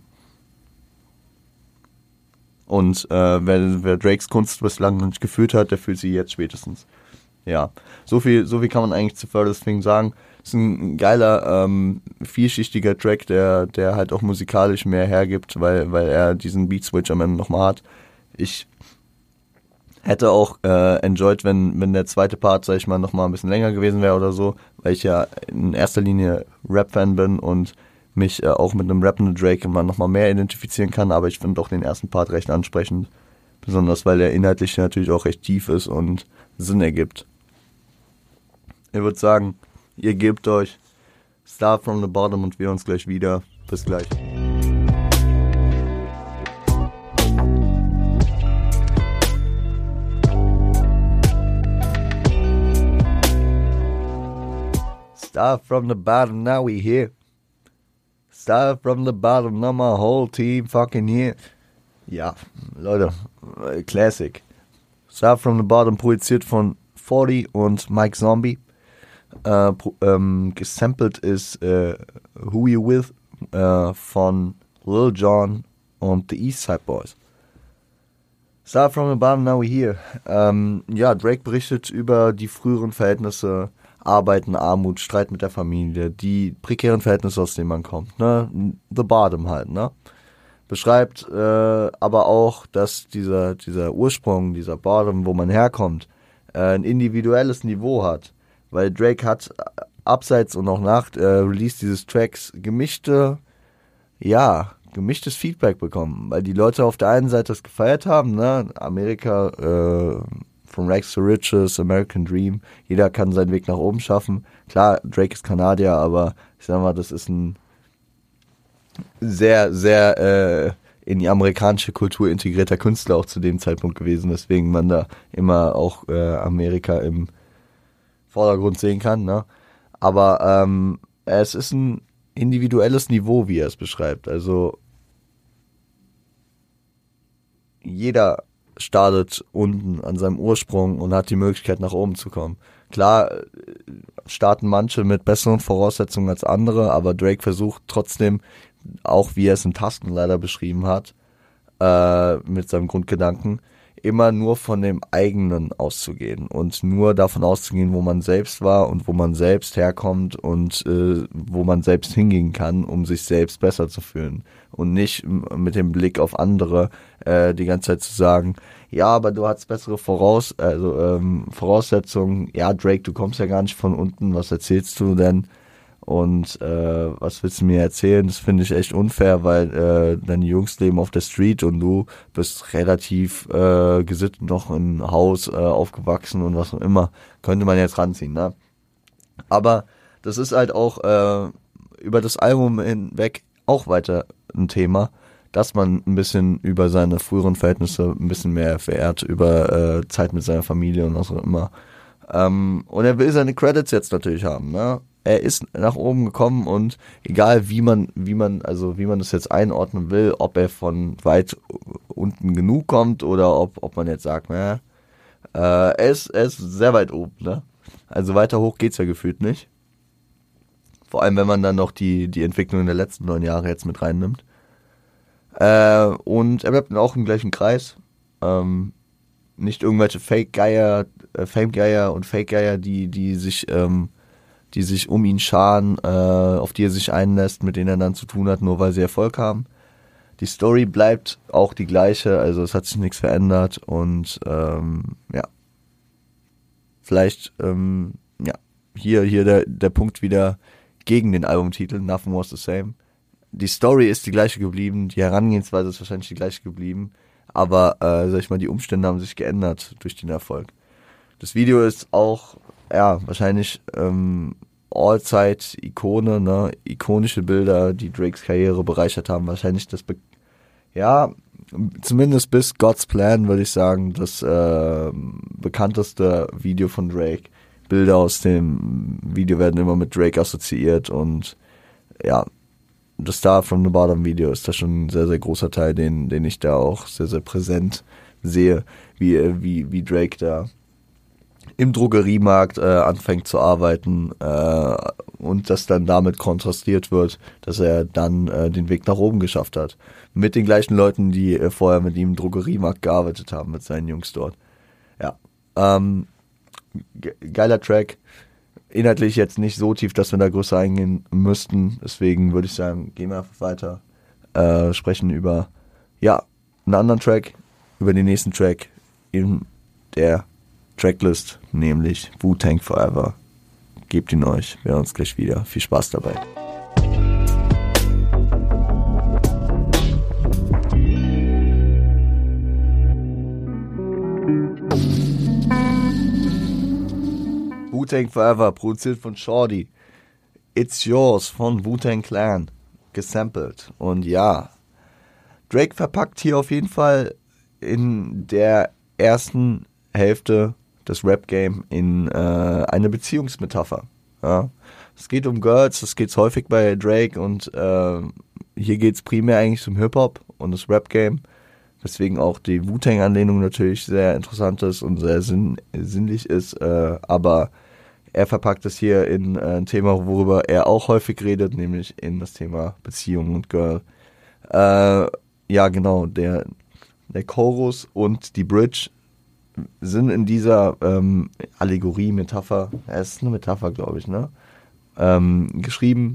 Und äh, wer, wer Drakes Kunst bislang noch nicht gefühlt hat, der fühlt sie jetzt spätestens. Ja, so viel, so viel kann man eigentlich zu Furthest Thing sagen. Ist ein geiler, ähm, vielschichtiger Track, der, der halt auch musikalisch mehr hergibt, weil, weil er diesen Beat-Switch am Ende nochmal hat. Ich hätte auch äh, enjoyed, wenn, wenn der zweite Part, sag ich mal, nochmal ein bisschen länger gewesen wäre oder so, weil ich ja in erster Linie Rap-Fan bin und mich äh, auch mit einem rappenden Drake immer nochmal mehr identifizieren kann, aber ich finde auch den ersten Part recht ansprechend, besonders weil er inhaltlich natürlich auch recht tief ist und Sinn ergibt. Ich würde sagen, ihr gebt euch Start from the Bottom und wir uns gleich wieder. Bis gleich. Start from the bottom, now we here. Start from the bottom, now my whole team fucking here. Ja, Leute, Classic. Start from the Bottom, produziert von vierzig und Mike Zombie. Äh, ähm, gesampelt ist äh, Who You With äh, von Lil Jon und The East Side Boys. Start from the Bottom, now we here. Ähm, ja, Drake berichtet über die früheren Verhältnisse, Arbeiten, Armut, Streit mit der Familie, die prekären Verhältnisse, aus denen man kommt, ne? The Bottom halt, ne? Beschreibt äh, aber auch, dass dieser, dieser Ursprung, dieser Bottom, wo man herkommt, äh, ein individuelles Niveau hat. Weil Drake hat abseits und auch nach äh, Release dieses Tracks gemischte, ja, gemischtes Feedback bekommen. Weil die Leute auf der einen Seite das gefeiert haben, ne? Amerika, äh, from Rags to Riches, American Dream. Jeder kann seinen Weg nach oben schaffen. Klar, Drake ist Kanadier, aber ich sag mal, das ist ein sehr, sehr äh, in die amerikanische Kultur integrierter Künstler auch zu dem Zeitpunkt gewesen, weswegen man da immer auch äh, Amerika im Vordergrund sehen kann, ne? Aber ähm, es ist ein individuelles Niveau, wie er es beschreibt. Also jeder startet unten an seinem Ursprung und hat die Möglichkeit, nach oben zu kommen. Klar starten manche mit besseren Voraussetzungen als andere, aber Drake versucht trotzdem, auch wie er es in Tasken leider beschrieben hat, äh, mit seinem Grundgedanken, immer nur von dem eigenen auszugehen und nur davon auszugehen, wo man selbst war und wo man selbst herkommt und äh, wo man selbst hingehen kann, um sich selbst besser zu fühlen und nicht mit dem Blick auf andere äh, die ganze Zeit zu sagen, ja, aber du hast bessere Voraus also ähm, Voraussetzungen, ja, Drake, du kommst ja gar nicht von unten, was erzählst du denn? Und äh, was willst du mir erzählen? Das finde ich echt unfair, weil äh, deine Jungs leben auf der Street und du bist relativ äh, gesittet noch im Haus äh, aufgewachsen und was auch immer. Könnte man jetzt ranziehen, ne? Aber das ist halt auch äh, über das Album hinweg auch weiter ein Thema, dass man ein bisschen über seine früheren Verhältnisse ein bisschen mehr verehrt, über äh, Zeit mit seiner Familie und was auch immer. Ähm, und er will seine Credits jetzt natürlich haben, ne? Er ist nach oben gekommen und egal wie man, wie man, also wie man das jetzt einordnen will, ob er von weit unten genug kommt oder ob, ob man jetzt sagt, naja, äh, er ist, er ist sehr weit oben, ne? Also weiter hoch geht's ja gefühlt nicht. Vor allem, wenn man dann noch die, die Entwicklung der letzten neun Jahre jetzt mit reinnimmt. Äh, und er bleibt auch im gleichen Kreis. Ähm, nicht irgendwelche Fake-Geier, äh, Fame-Geier und Fake-Geier, die, die sich, ähm, die sich um ihn scharen, äh, auf die er sich einlässt, mit denen er dann zu tun hat, nur weil sie Erfolg haben. Die Story bleibt auch die gleiche, also es hat sich nichts verändert und ähm, ja, vielleicht ähm, ja, hier, hier der, der Punkt wieder gegen den Albumtitel, Nothing Was the Same. Die Story ist die gleiche geblieben, die Herangehensweise ist wahrscheinlich die gleiche geblieben, aber äh, sag ich mal, die Umstände haben sich geändert durch den Erfolg. Das Video ist auch, ja, wahrscheinlich ähm, Allzeit-Ikone, ne, ikonische Bilder, die Drakes Karriere bereichert haben, wahrscheinlich das, Be- ja, zumindest bis God's Plan, würde ich sagen, das äh, bekannteste Video von Drake. Bilder aus dem Video werden immer mit Drake assoziiert und ja, das Star from the Bottom Video ist da schon ein sehr, sehr großer Teil, den, den ich da auch sehr, sehr präsent sehe, wie, wie, wie Drake da im Drogeriemarkt äh, anfängt zu arbeiten äh, und das dann damit kontrastiert wird, dass er dann äh, den Weg nach oben geschafft hat. Mit den gleichen Leuten, die äh, vorher mit ihm im Drogeriemarkt gearbeitet haben, mit seinen Jungs dort. Ja, ähm, ge- geiler Track. Inhaltlich jetzt nicht so tief, dass wir da größer eingehen müssten. Deswegen würde ich sagen, gehen wir einfach weiter. Äh, sprechen über, ja, einen anderen Track, über den nächsten Track in der Tracklist, nämlich Wu-Tang Forever. Gebt ihn euch, wir hören uns gleich wieder. Viel Spaß dabei. Wu-Tang Forever, produziert von Shorty. It's Yours von Wu-Tang Clan, gesampelt. Und ja, Drake verpackt hier auf jeden Fall in der ersten Hälfte das Rap-Game in äh, eine Beziehungsmetapher. Ja. Es geht um Girls, das geht's häufig bei Drake und äh, hier geht's primär eigentlich um Hip-Hop und das Rap-Game, weswegen auch die Wu-Tang-Anlehnung natürlich sehr interessant ist und sehr sinn- sinnlich ist, äh, aber er verpackt es hier in äh, ein Thema, worüber er auch häufig redet, nämlich in das Thema Beziehung und Girl. Äh, ja, genau, der, der Chorus und die Bridge sind in dieser ähm, Allegorie, Metapher, ja, es ist eine Metapher, glaube ich, ne? Ähm, geschrieben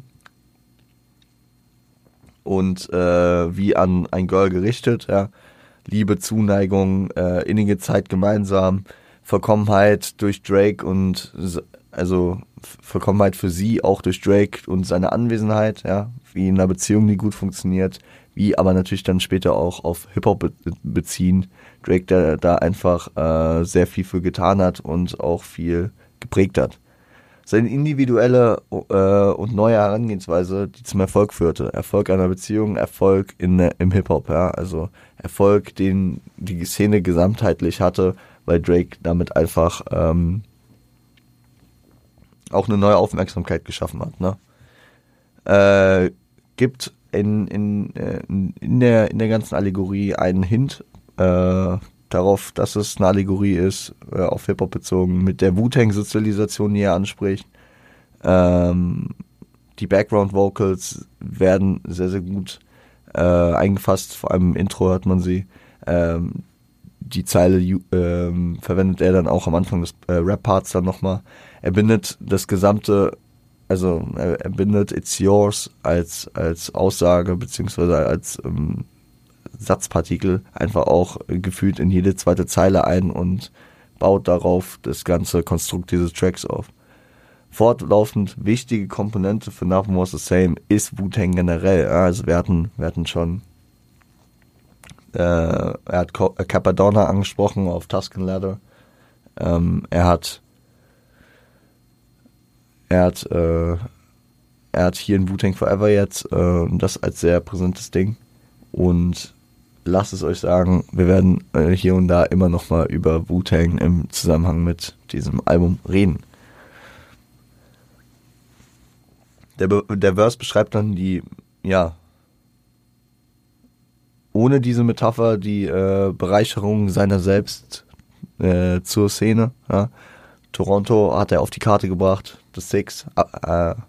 und äh, wie an ein Girl gerichtet, ja. Liebe, Zuneigung, äh, innige Zeit gemeinsam, Vollkommenheit durch Drake und also Vollkommenheit für sie auch durch Drake und seine Anwesenheit, ja, wie in einer Beziehung, die gut funktioniert, wie aber natürlich dann später auch auf Hip-Hop be- beziehen. Drake, der da einfach äh, sehr viel für getan hat und auch viel geprägt hat. Seine individuelle äh, und neue Herangehensweise, die zum Erfolg führte. Erfolg einer Beziehung, Erfolg in, im Hip-Hop, ja, also Erfolg, den die Szene gesamtheitlich hatte, weil Drake damit einfach ähm, auch eine neue Aufmerksamkeit geschaffen hat, ne? Äh, gibt in, in, in, der, in der ganzen Allegorie einen Hint äh, darauf, dass es eine Allegorie ist, äh, auf Hip-Hop bezogen, mit der Wu-Tang-Sozialisation, die er anspricht. Ähm, die Background-Vocals werden sehr, sehr gut äh, eingefasst, vor allem im Intro hört man sie. Ähm, die Zeile ähm, verwendet er dann auch am Anfang des äh, Rap-Parts dann nochmal. Er bindet das gesamte, also er, er bindet It's Yours als, als Aussage beziehungsweise als ähm, Satzpartikel einfach auch gefühlt in jede zweite Zeile ein und baut darauf das ganze Konstrukt dieses Tracks auf. Fortlaufend wichtige Komponente für Nothing Was the Same ist Wu-Tang generell. Also wir hatten, wir hatten schon äh, er hat Capadonna angesprochen auf Tuscan Leather. Ähm, er hat er hat äh, er hat hier in Wu-Tang Forever jetzt äh, das als sehr präsentes Ding und lasst es euch sagen, wir werden äh, hier und da immer noch mal über Wu-Tang im Zusammenhang mit diesem Album reden. Der, Be- der Verse beschreibt dann die, ja, ohne diese Metapher die äh, Bereicherung seiner selbst äh, zur Szene. Ja. Toronto hat er auf die Karte gebracht, the Six. Uh, uh,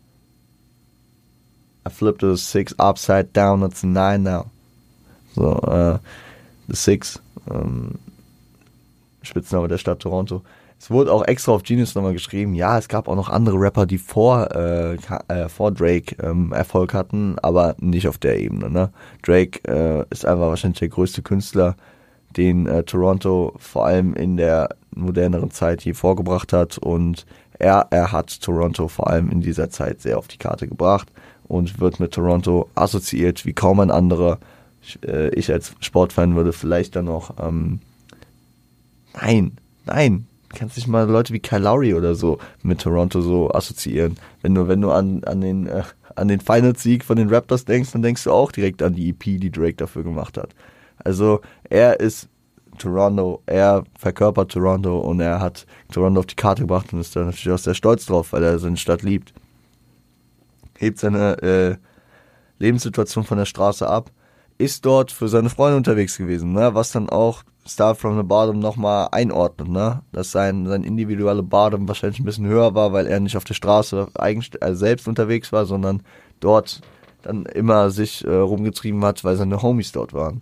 I flipped the Six upside down, it's a nine now. So, äh, The Six, ähm, Spitzname der Stadt Toronto. es wurde auch extra auf Genius nochmal geschrieben, ja, es gab auch noch andere Rapper, die vor, äh, äh, vor Drake ähm, Erfolg hatten, aber nicht auf der Ebene. Ne? Drake äh, ist einfach wahrscheinlich der größte Künstler, den äh, Toronto vor allem in der moderneren Zeit je vorgebracht hat, und er, er hat Toronto vor allem in dieser Zeit sehr auf die Karte gebracht und wird mit Toronto assoziiert wie kaum ein anderer. Ich, äh, ich als Sportfan würde vielleicht dann noch ähm, nein, nein, kannst nicht mal Leute wie Kyle Lowry oder so mit Toronto so assoziieren. Wenn du, wenn du an, an den, äh, an den Finals-Sieg von den Raptors denkst, dann denkst du auch direkt an die E P, die Drake dafür gemacht hat. Also er ist Toronto, er verkörpert Toronto und er hat Toronto auf die Karte gebracht und ist da natürlich auch sehr stolz drauf, weil er seine Stadt liebt. Hebt seine äh, Lebenssituation von der Straße ab, ist dort für seine Freunde unterwegs gewesen, ne? Was dann auch Start from the Bottom nochmal einordnet, ne? Dass sein, sein individuelle Bottom wahrscheinlich ein bisschen höher war, weil er nicht auf der Straße eigenst- also selbst unterwegs war, sondern dort dann immer sich äh, rumgetrieben hat, weil seine Homies dort waren.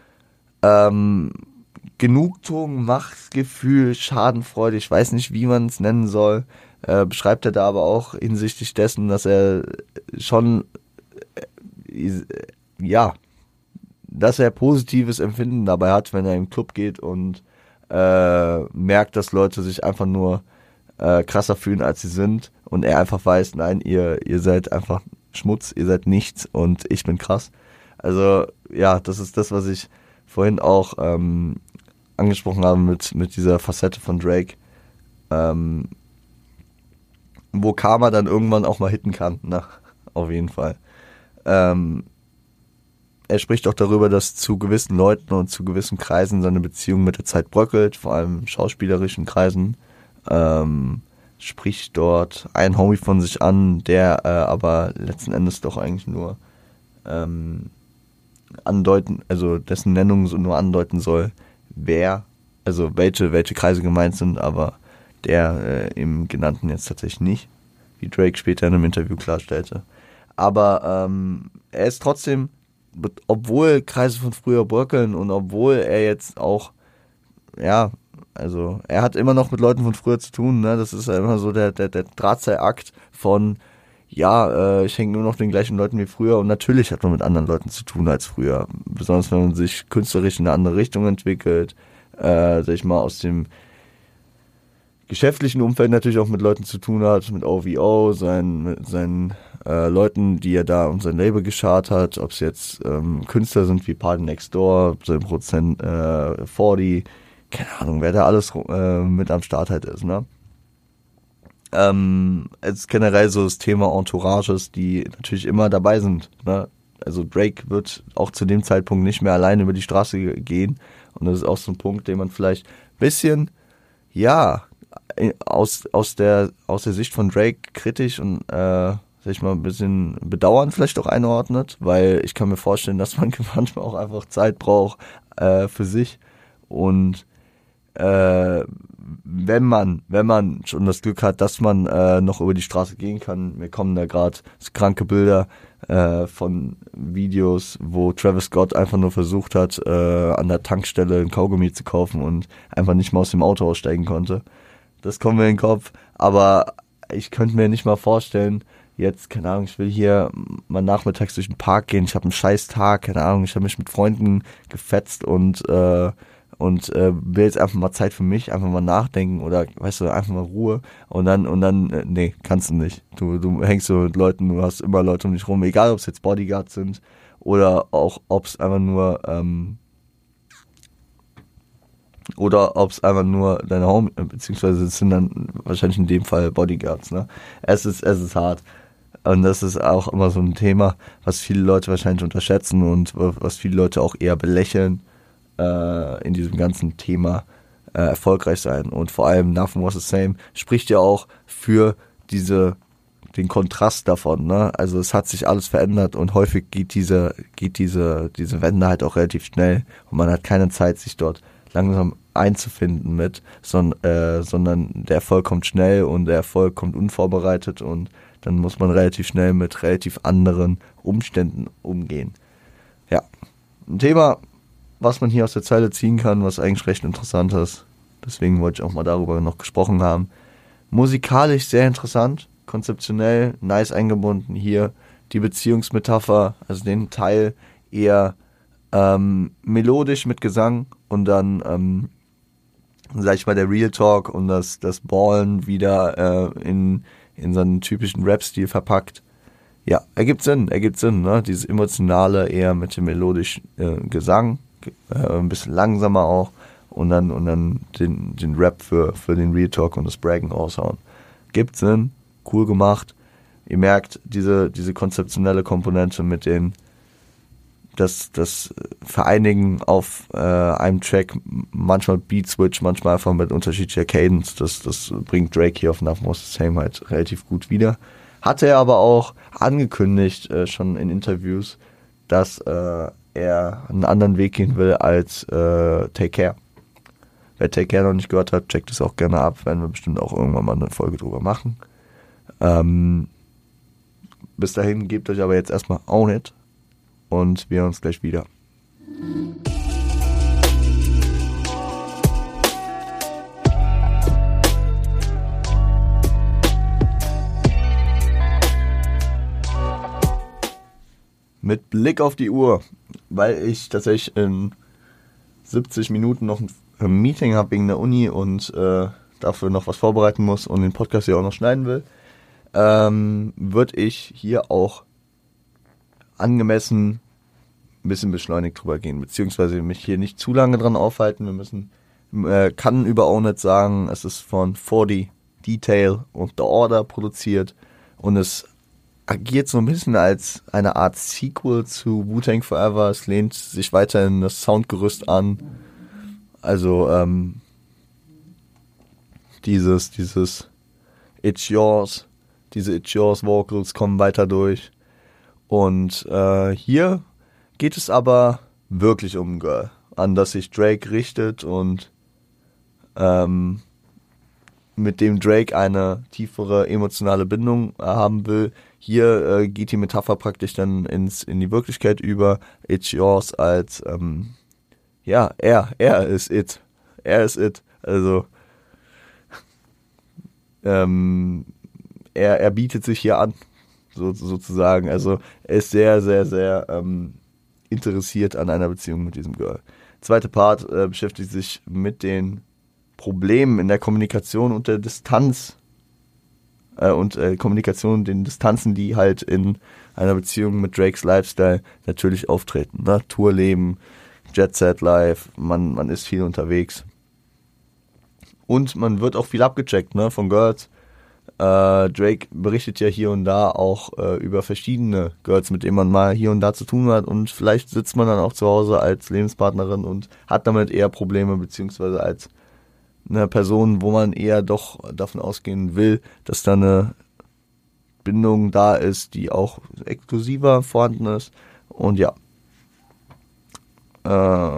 Ähm, Genugtuung, Machtgefühl, Schadenfreude, ich weiß nicht, wie man es nennen soll, äh, beschreibt er da aber auch hinsichtlich dessen, dass er schon, äh, ja, dass er positives Empfinden dabei hat, wenn er im Club geht und äh, merkt, dass Leute sich einfach nur äh, krasser fühlen, als sie sind, und er einfach weiß, nein, ihr, ihr seid einfach Schmutz, ihr seid nichts und ich bin krass. Also ja, das ist das, was ich vorhin auch ähm, angesprochen habe mit, mit dieser Facette von Drake, ähm, wo Karma dann irgendwann auch mal hitten kann, ne? Auf jeden Fall. Ähm, er spricht auch darüber, dass zu gewissen Leuten und zu gewissen Kreisen seine Beziehung mit der Zeit bröckelt, vor allem schauspielerischen Kreisen. Ähm, spricht dort einen Homie von sich an, der äh, aber letzten Endes doch eigentlich nur ähm, andeuten, also dessen Nennung so nur andeuten soll, wer, also welche, welche Kreise gemeint sind, aber der äh, im Genannten jetzt tatsächlich nicht, wie Drake später in einem Interview klarstellte. Aber ähm, er ist trotzdem, obwohl Kreise von früher bröckeln und obwohl er jetzt auch, ja, also er hat immer noch mit Leuten von früher zu tun, ne? Das ist ja immer so der, der, der Drahtseilakt von, ja, äh, ich hänge nur noch den gleichen Leuten wie früher, und natürlich hat man mit anderen Leuten zu tun als früher, besonders wenn man sich künstlerisch in eine andere Richtung entwickelt, äh, sag ich mal, aus dem geschäftlichen Umfeld natürlich auch mit Leuten zu tun hat, mit O V O, seinen, mit seinen äh, Leuten, die er da um sein Label geschart hat, ob es jetzt ähm, Künstler sind wie Party Next Door, sein Produzent äh, vierzig, keine Ahnung, wer da alles äh, mit am Start halt ist, ne? Ähm, es ist generell so das Thema Entourages, die natürlich immer dabei sind, ne? Also Drake wird auch zu dem Zeitpunkt nicht mehr allein über die Straße gehen, und das ist auch so ein Punkt, den man vielleicht ein bisschen, ja, aus, aus der, aus der Sicht von Drake kritisch und, äh, sag ich mal, ein bisschen bedauernd vielleicht auch einordnet, weil ich kann mir vorstellen, dass man manchmal auch einfach Zeit braucht, äh, für sich, und äh, wenn man, wenn man schon das Glück hat, dass man äh, noch über die Straße gehen kann. Mir kommen da gerade kranke Bilder äh, von Videos, wo Travis Scott einfach nur versucht hat, äh, an der Tankstelle ein Kaugummi zu kaufen und einfach nicht mal aus dem Auto aussteigen konnte. Das kommt mir in den Kopf, aber ich könnte mir nicht mal vorstellen, jetzt, keine Ahnung, ich will hier mal nachmittags durch den Park gehen, ich habe einen scheiß Tag, keine Ahnung, ich habe mich mit Freunden gefetzt und äh, und äh, will jetzt einfach mal Zeit für mich, einfach mal nachdenken oder, weißt du, einfach mal Ruhe, und dann, und dann, äh, nee, kannst du nicht. Du, du hängst so mit Leuten, du hast immer Leute um dich rum, egal ob es jetzt Bodyguards sind oder auch, ob es einfach nur, ähm, oder ob es einfach nur deine Home, beziehungsweise es sind dann wahrscheinlich in dem Fall Bodyguards, ne? Es ist, es ist hart. Und das ist auch immer so ein Thema, was viele Leute wahrscheinlich unterschätzen und was viele Leute auch eher belächeln, äh, in diesem ganzen Thema äh, erfolgreich sein. Und vor allem Nothing Was the Same spricht ja auch für diese, den Kontrast davon, ne? Also es hat sich alles verändert und häufig geht diese, geht diese, diese Wende halt auch relativ schnell und man hat keine Zeit, sich dort langsam einzufinden mit, sondern, äh, sondern der Erfolg kommt schnell und der Erfolg kommt unvorbereitet, und dann muss man relativ schnell mit relativ anderen Umständen umgehen. Ja, ein Thema, was man hier aus der Zeile ziehen kann, was eigentlich recht interessant ist. Deswegen wollte ich auch mal darüber noch gesprochen haben. Musikalisch sehr interessant, konzeptionell, nice eingebunden hier. Die Beziehungsmetapher, also den Teil eher ähm, melodisch mit Gesang und dann, ähm, sag ich mal, der Real Talk und das, das Ballen wieder äh, in, in so einen typischen Rap-Stil verpackt. Ja, ergibt Sinn, ergibt Sinn, ne? Dieses Emotionale eher mit dem melodischen äh, Gesang, äh, ein bisschen langsamer auch und dann, und dann den, den Rap für, für den Real Talk und das Braggen raushauen. Gibt Sinn, cool gemacht. Ihr merkt, diese, diese konzeptionelle Komponente mit den, das, das Vereinigen auf äh, einem Track, manchmal Beat Switch, manchmal einfach mit unterschiedlicher Cadence, das, das bringt Drake hier auf Enough More the Same halt relativ gut wieder. Hatte er aber auch angekündigt, äh, schon in Interviews, dass äh, er einen anderen Weg gehen will als äh, Take Care. Wer Take Care noch nicht gehört hat, checkt es auch gerne ab, werden wir bestimmt auch irgendwann mal eine Folge drüber machen. Ähm, bis dahin gebt euch aber jetzt erstmal Own It und wir hören uns gleich wieder. Mit Blick auf die Uhr, weil ich tatsächlich in siebzig Minuten noch ein Meeting habe wegen der Uni und äh, dafür noch was vorbereiten muss und den Podcast hier auch noch schneiden will, ähm, würde ich hier auch angemessen ein bisschen beschleunigt drüber gehen, beziehungsweise mich hier nicht zu lange dran aufhalten. Wir müssen, äh, kann über Own It sagen, es ist von vierzig, Detail und The Order produziert und es agiert so ein bisschen als eine Art Sequel zu Wu-Tang Forever. Es lehnt sich weiterhin das Soundgerüst an. Also ähm, dieses, dieses It's Yours, diese It's Yours Vocals kommen weiter durch. Und äh, hier geht es aber wirklich um ein Girl, an das sich Drake richtet und ähm, mit dem Drake eine tiefere emotionale Bindung haben will. Hier äh, geht die Metapher praktisch dann ins in die Wirklichkeit über. It's Yours als, ähm, ja, er, er ist it. Er ist it. Also, ähm, er, er bietet sich hier an, so, sozusagen. Also, er ist sehr, sehr, sehr ähm, interessiert an einer Beziehung mit diesem Girl. Zweite Part äh, beschäftigt sich mit den Problemen in der Kommunikation und der Distanz äh, und äh, Kommunikation, den Distanzen, die halt in einer Beziehung mit Drakes Lifestyle natürlich auftreten. Ne? Tourleben, Jet Set Life, man, man ist viel unterwegs. Und man wird auch viel abgecheckt, ne, von Girls. Äh, Drake berichtet ja hier und da auch äh, über verschiedene Girls, mit denen man mal hier und da zu tun hat und vielleicht sitzt man dann auch zu Hause als Lebenspartnerin und hat damit eher Probleme, beziehungsweise als eine Person, wo man eher doch davon ausgehen will, dass da eine Bindung da ist, die auch exklusiver vorhanden ist. Und ja, äh,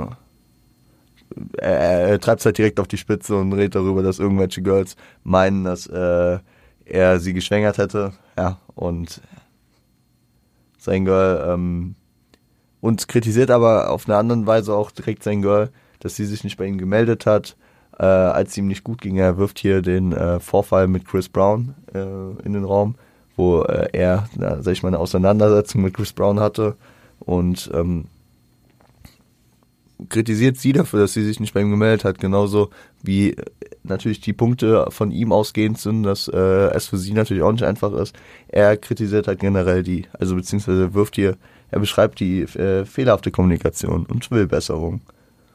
er, er treibt es halt direkt auf die Spitze und redet darüber, dass irgendwelche Girls meinen, dass äh, er sie geschwängert hätte. Ja, und sein Girl ähm, und kritisiert aber auf eine andere Weise auch direkt sein Girl, dass sie sich nicht bei ihm gemeldet hat, Äh, als es ihm nicht gut ging. Er wirft hier den äh, Vorfall mit Chris Brown äh, in den Raum, wo äh, er, na, sag ich mal, eine Auseinandersetzung mit Chris Brown hatte und ähm, kritisiert sie dafür, dass sie sich nicht bei ihm gemeldet hat, genauso wie äh, natürlich die Punkte von ihm ausgehend sind, dass äh, es für sie natürlich auch nicht einfach ist. Er kritisiert halt generell die, also beziehungsweise wirft hier, er beschreibt die äh, fehlerhafte Kommunikation und will Besserung.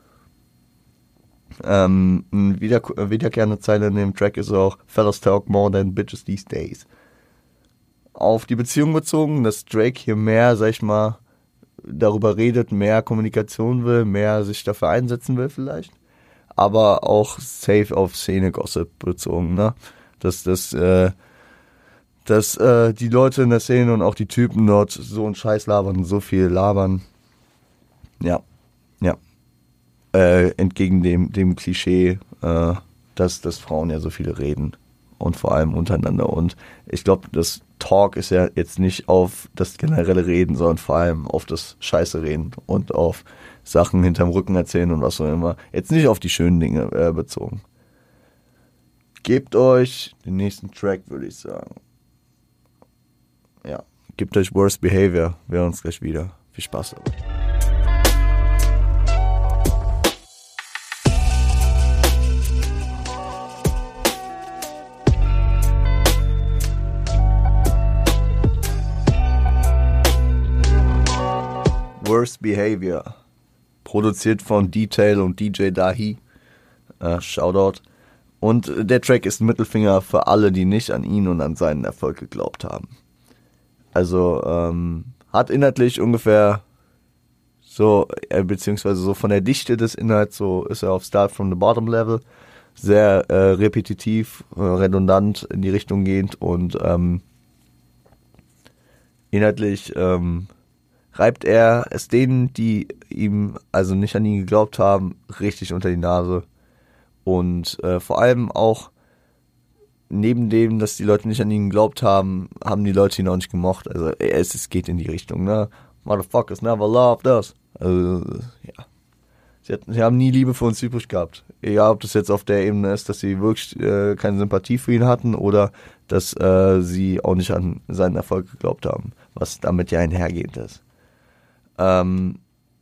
Ähm, eine wieder, wiederkehrende Zeile in dem Track ist auch Fellas talk more than bitches these days. Auf die Beziehung bezogen, dass Drake hier mehr, sag ich mal, darüber redet, mehr Kommunikation will, mehr sich dafür einsetzen will vielleicht, aber auch safe auf Szene-Gossip bezogen, ne? Dass, dass, äh, dass äh, die Leute in der Szene und auch die Typen dort so einen Scheiß labern, so viel labern. Ja, ja. Äh, entgegen dem, dem Klischee, äh, dass, dass Frauen ja so viele reden und vor allem untereinander. Und ich glaube, das Talk ist ja jetzt nicht auf das generelle Reden, sondern vor allem auf das Scheiße reden und auf Sachen hinterm Rücken erzählen und was auch immer. Jetzt nicht auf die schönen Dinge äh, bezogen. gebt euch den nächsten Track, würde ich sagen. Ja, gebt euch Worst Behavior. Wir hören uns gleich wieder. Viel Spaß dabei. Worst Behavior. Produziert von Detail und D J Dahi. Uh, Shoutout. Und der Track ist ein Mittelfinger für alle, die nicht an ihn und an seinen Erfolg geglaubt haben. Also ähm, hat inhaltlich ungefähr so, äh, beziehungsweise so von der Dichte des Inhalts, so ist er auf Start from the Bottom Level, sehr äh, repetitiv, äh, redundant in die Richtung gehend und ähm, inhaltlich ähm, reibt er es denen, die ihm also nicht an ihn geglaubt haben, richtig unter die Nase. Und äh, vor allem auch neben dem, dass die Leute nicht an ihn geglaubt haben, haben die Leute ihn auch nicht gemocht. Also es, es geht in die Richtung, ne? Motherfuckers never loved us. Also, ja. Sie, hat, sie haben nie Liebe für uns übrig gehabt. Egal, ob das jetzt auf der Ebene ist, dass sie wirklich äh, keine Sympathie für ihn hatten oder dass äh, sie auch nicht an seinen Erfolg geglaubt haben, was damit ja einhergehend ist. Ähm,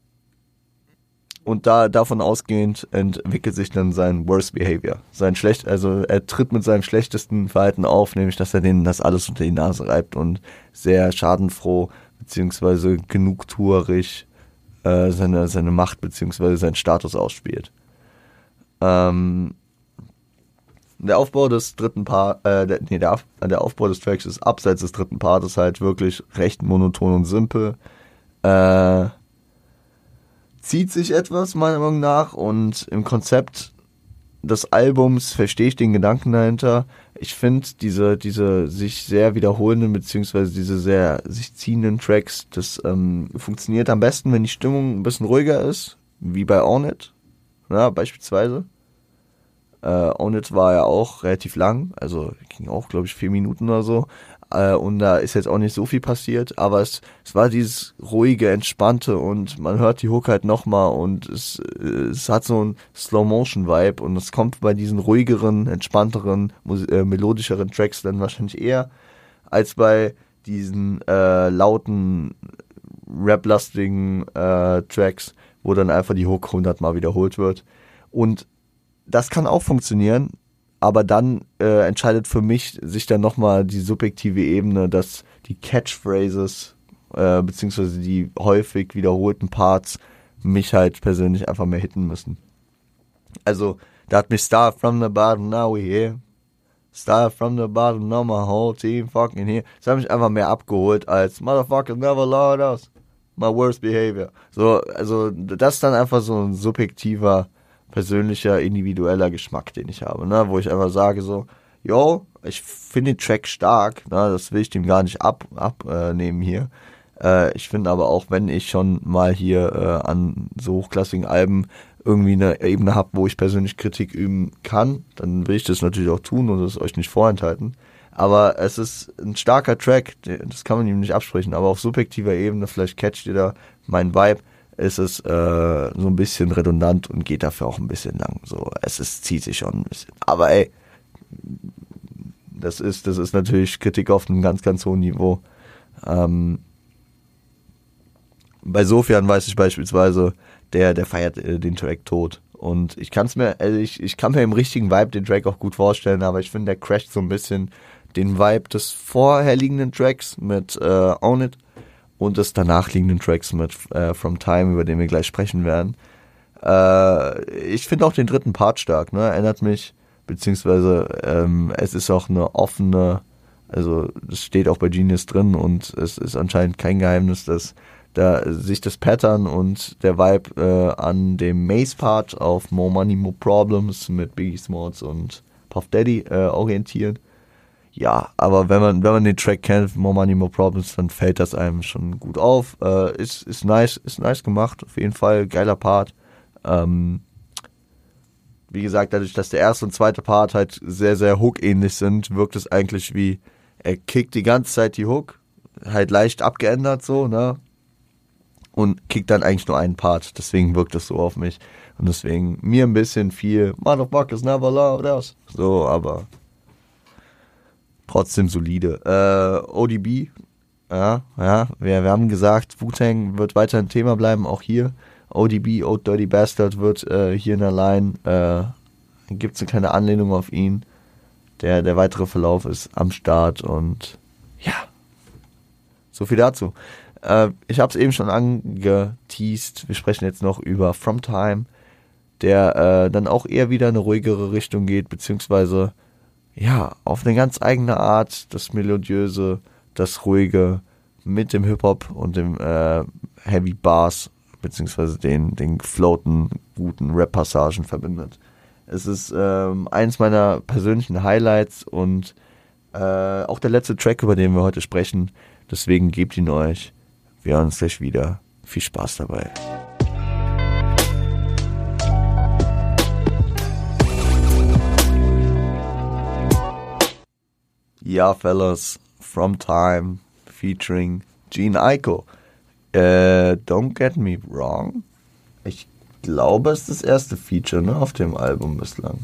und da davon ausgehend entwickelt sich dann sein Worst Behavior. Sein schlecht, also er tritt mit seinem schlechtesten Verhalten auf, nämlich dass er denen das alles unter die Nase reibt und sehr schadenfroh beziehungsweise genugtuerisch äh, seine seine Macht beziehungsweise seinen Status ausspielt. Ähm, der Aufbau des dritten Part, äh, der, nee, der, der Aufbau des Tracks ist abseits des dritten Parts halt wirklich recht monoton und simpel. Äh, zieht sich etwas, meiner Meinung nach, und im Konzept des Albums verstehe ich den Gedanken dahinter. Ich finde diese, diese sich sehr wiederholenden, beziehungsweise diese sehr sich ziehenden Tracks, das ähm, funktioniert am besten, wenn die Stimmung ein bisschen ruhiger ist, wie bei Own It, ja, beispielsweise. Äh, Own It war ja auch relativ lang, also ging auch, glaube ich, vier Minuten oder so. Und da ist jetzt auch nicht so viel passiert, aber es, es war dieses ruhige, entspannte und man hört die Hook halt nochmal und es, es hat so ein Slow-Motion-Vibe und es kommt bei diesen ruhigeren, entspannteren, äh, melodischeren Tracks dann wahrscheinlich eher als bei diesen äh, lauten, rap-lastigen äh, Tracks, wo dann einfach die Hook hundertmal wiederholt wird. Und das kann auch funktionieren, aber dann äh, entscheidet für mich sich dann nochmal die subjektive Ebene, dass die Catchphrases äh, beziehungsweise die häufig wiederholten Parts mich halt persönlich einfach mehr hitten müssen. Also, da hat mich Start from the bottom, now we here. Start from the bottom, now my whole team fucking here. Das hat mich einfach mehr abgeholt als Motherfuckers never loved us. My worst behavior. So, also das ist dann einfach so ein subjektiver, persönlicher, individueller Geschmack, den ich habe, ne, wo ich einfach sage so, yo, ich finde den Track stark, ne, das will ich dem gar nicht ab, abnehmen äh, hier. Äh, ich finde aber auch, wenn ich schon mal hier äh, an so hochklassigen Alben irgendwie eine Ebene habe, wo ich persönlich Kritik üben kann, dann will ich das natürlich auch tun und das euch nicht vorenthalten. Aber es ist ein starker Track, das kann man ihm nicht absprechen, aber auf subjektiver Ebene, vielleicht catcht ihr da meinen Vibe, ist es äh, so ein bisschen redundant und geht dafür auch ein bisschen lang. So, es ist, zieht sich schon ein bisschen. Aber ey, das ist, das ist natürlich Kritik auf einem ganz, ganz hohen Niveau. Ähm, bei Sofian weiß ich beispielsweise, der, der feiert äh, den Track tot. Und ich kann es mir, also ich, ich kann mir im richtigen Vibe den Track auch gut vorstellen, aber ich finde, der crasht so ein bisschen den Vibe des vorherliegenden Tracks mit äh, Own It und des danach liegenden Tracks mit äh, From Time, über den wir gleich sprechen werden. Äh, ich finde auch den dritten Part stark, ne? Erinnert mich, beziehungsweise ähm, es ist auch eine offene, also das steht auch bei Genius drin und es ist anscheinend kein Geheimnis, dass da sich das Pattern und der Vibe äh, an dem Mace-Part auf More Money, More Problems mit Biggie Smalls und Puff Daddy äh, orientieren. Ja, aber wenn man wenn man den Track kennt, More Money, More Problems, dann fällt das einem schon gut auf. Äh, ist ist nice, ist nice gemacht, auf jeden Fall, geiler Part. Ähm, wie gesagt, dadurch, dass der erste und zweite Part halt sehr, sehr Hook-ähnlich sind, wirkt es eigentlich wie, er kickt die ganze Zeit die Hook, halt leicht abgeändert so, ne? Und kickt dann eigentlich nur einen Part, deswegen wirkt es so auf mich. Und deswegen mir ein bisschen viel Motherfuckers never loved us. So, aber trotzdem solide. Äh, O D B, ja, ja, wir, wir haben gesagt, Wu-Tang wird weiter ein Thema bleiben, auch hier. O D B, Old Dirty Bastard, wird äh, hier in der Line, äh, gibt es eine kleine Anlehnung auf ihn. Der, der weitere Verlauf ist am Start und ja, so viel dazu. Äh, ich habe es eben schon angeteased, wir sprechen jetzt noch über From Time, der äh, dann auch eher wieder in eine ruhigere Richtung geht, beziehungsweise ja, auf eine ganz eigene Art, das Melodiöse, das Ruhige mit dem Hip-Hop und dem äh, Heavy Bars, beziehungsweise den, den floaten, guten Rap-Passagen verbindet. Es ist ähm, eins meiner persönlichen Highlights und äh, auch der letzte Track, über den wir heute sprechen. Deswegen gebt ihn euch. Wir hören uns gleich wieder. Viel Spaß dabei. Ja, fellas, From Time featuring Gene Aiko. Äh, don't get me wrong. Ich glaube, es ist das erste Feature, ne, auf dem Album bislang.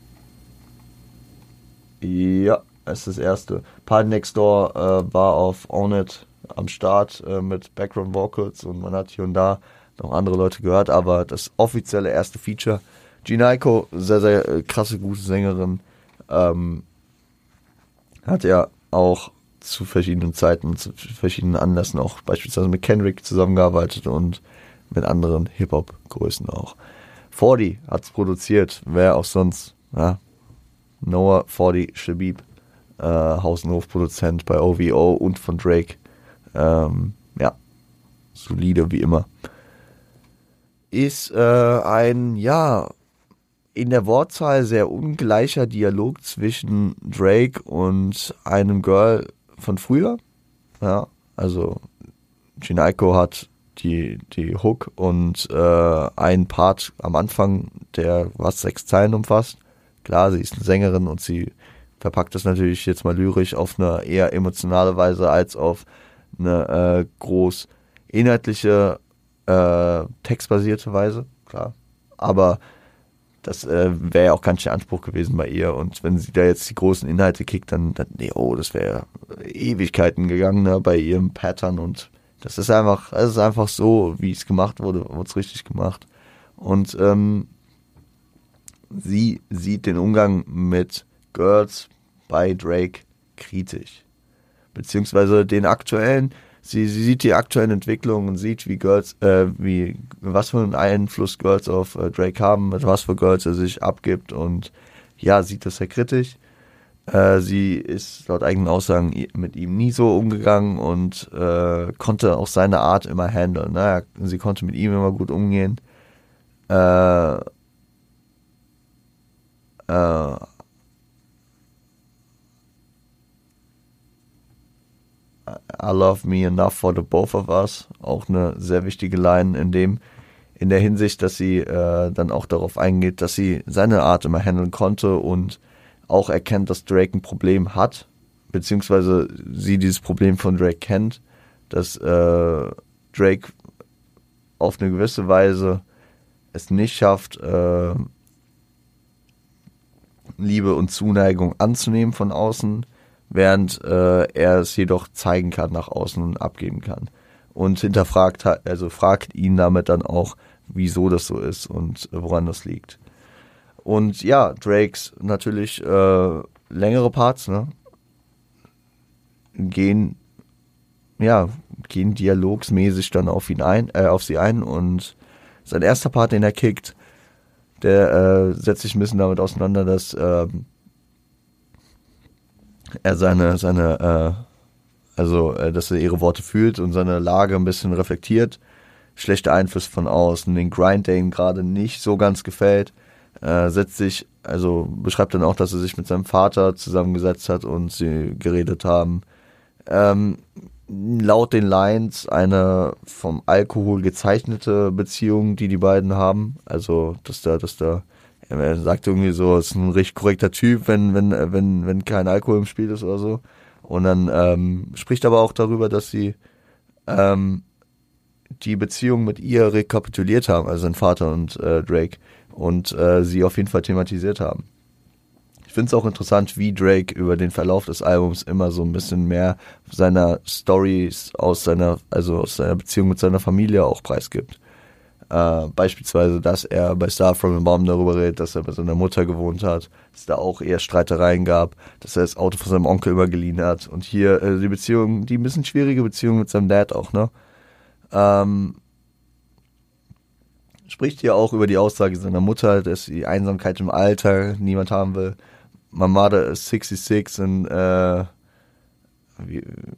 Ja, es ist das erste. Party Next Door äh, war auf Own It am Start äh, mit Background Vocals und man hat hier und da noch andere Leute gehört, aber das offizielle erste Feature. Gene Aiko, sehr, sehr äh, krasse, gute Sängerin. Ähm, hat ja auch zu verschiedenen Zeiten, zu verschiedenen Anlässen auch beispielsweise mit Kendrick zusammengearbeitet und mit anderen Hip-Hop-Größen auch. vierzig hat's produziert, wer auch sonst, ja, Noah vierzig Shabib, äh, Haus- und Hofproduzent bei O V O und von Drake, ähm, ja, solide wie immer. Ist äh, ein, ja, in der Wortzahl sehr ungleicher Dialog zwischen Drake und einem Girl von früher. Ja, also Gene Aiko hat die, die Hook und äh, ein Part am Anfang, der was sechs Zeilen umfasst. Klar, sie ist eine Sängerin und sie verpackt das natürlich jetzt mal lyrisch auf eine eher emotionale Weise als auf eine äh, groß inhaltliche, äh, textbasierte Weise. Klar, aber das äh, wäre ja auch ganz schön Anspruch gewesen bei ihr. Und wenn sie da jetzt die großen Inhalte kickt, dann, dann nee, oh, das wäre Ewigkeiten gegangen, ne, bei ihrem Pattern. Und das ist einfach, es ist einfach so, wie es gemacht wurde, wurde es richtig gemacht. Und ähm, sie sieht den Umgang mit Girls bei Drake kritisch. Beziehungsweise den aktuellen, sie, sie sieht die aktuellen Entwicklungen und sieht, wie Girls, äh, wie, was für einen Einfluss Girls auf äh, Drake haben, mit was für Girls er sich abgibt und ja, sieht das sehr kritisch. Äh, sie ist laut eigenen Aussagen mit ihm nie so umgegangen und äh, konnte auch seine Art immer handeln. Ne? Sie konnte mit ihm immer gut umgehen. Äh, äh, I love me enough for the both of us. Auch eine sehr wichtige Line in dem, in der Hinsicht, dass sie äh, dann auch darauf eingeht, dass sie seine Art immer handeln konnte und auch erkennt, dass Drake ein Problem hat, beziehungsweise sie dieses Problem von Drake kennt, dass äh, Drake auf eine gewisse Weise es nicht schafft, äh, Liebe und Zuneigung anzunehmen von außen, während äh, er es jedoch zeigen kann nach außen und abgeben kann. Und hinterfragt, also fragt ihn damit dann auch, wieso das so ist und woran das liegt. Und ja, Drakes natürlich äh, längere Parts, ne, gehen, ja, gehen dialogsmäßig dann auf ihn ein, äh, auf sie ein und sein erster Part, den er kickt, der äh, setzt sich ein bisschen damit auseinander, dass äh, er seine, seine, äh, also, äh, dass er ihre Worte fühlt und seine Lage ein bisschen reflektiert. Schlechte Einflüsse von außen, den Grind, der ihm gerade nicht so ganz gefällt, äh, setzt sich, also beschreibt dann auch, dass er sich mit seinem Vater zusammengesetzt hat und sie geredet haben. Ähm, laut den Lines eine vom Alkohol gezeichnete Beziehung, die die beiden haben. Also, dass da, dass da, er sagt irgendwie so, ist ein richtig korrekter Typ, wenn, wenn, wenn, wenn kein Alkohol im Spiel ist oder so. Und dann ähm, spricht aber auch darüber, dass sie ähm, die Beziehung mit ihr rekapituliert haben, also sein Vater und äh, Drake, und äh, sie auf jeden Fall thematisiert haben. Ich finde es auch interessant, wie Drake über den Verlauf des Albums immer so ein bisschen mehr seiner Stories aus seiner, also aus seiner Beziehung mit seiner Familie auch preisgibt. Äh, beispielsweise, dass er bei Star from a Bomb darüber redet, dass er bei seiner Mutter gewohnt hat, dass es da auch eher Streitereien gab, dass er das Auto von seinem Onkel immer geliehen hat. Und hier äh, die Beziehung, die ein bisschen schwierige Beziehung mit seinem Dad auch, ne? Ähm, spricht hier auch über die Aussage seiner Mutter, dass die Einsamkeit im Alter niemand haben will. My mother is sixty-six and äh, wie,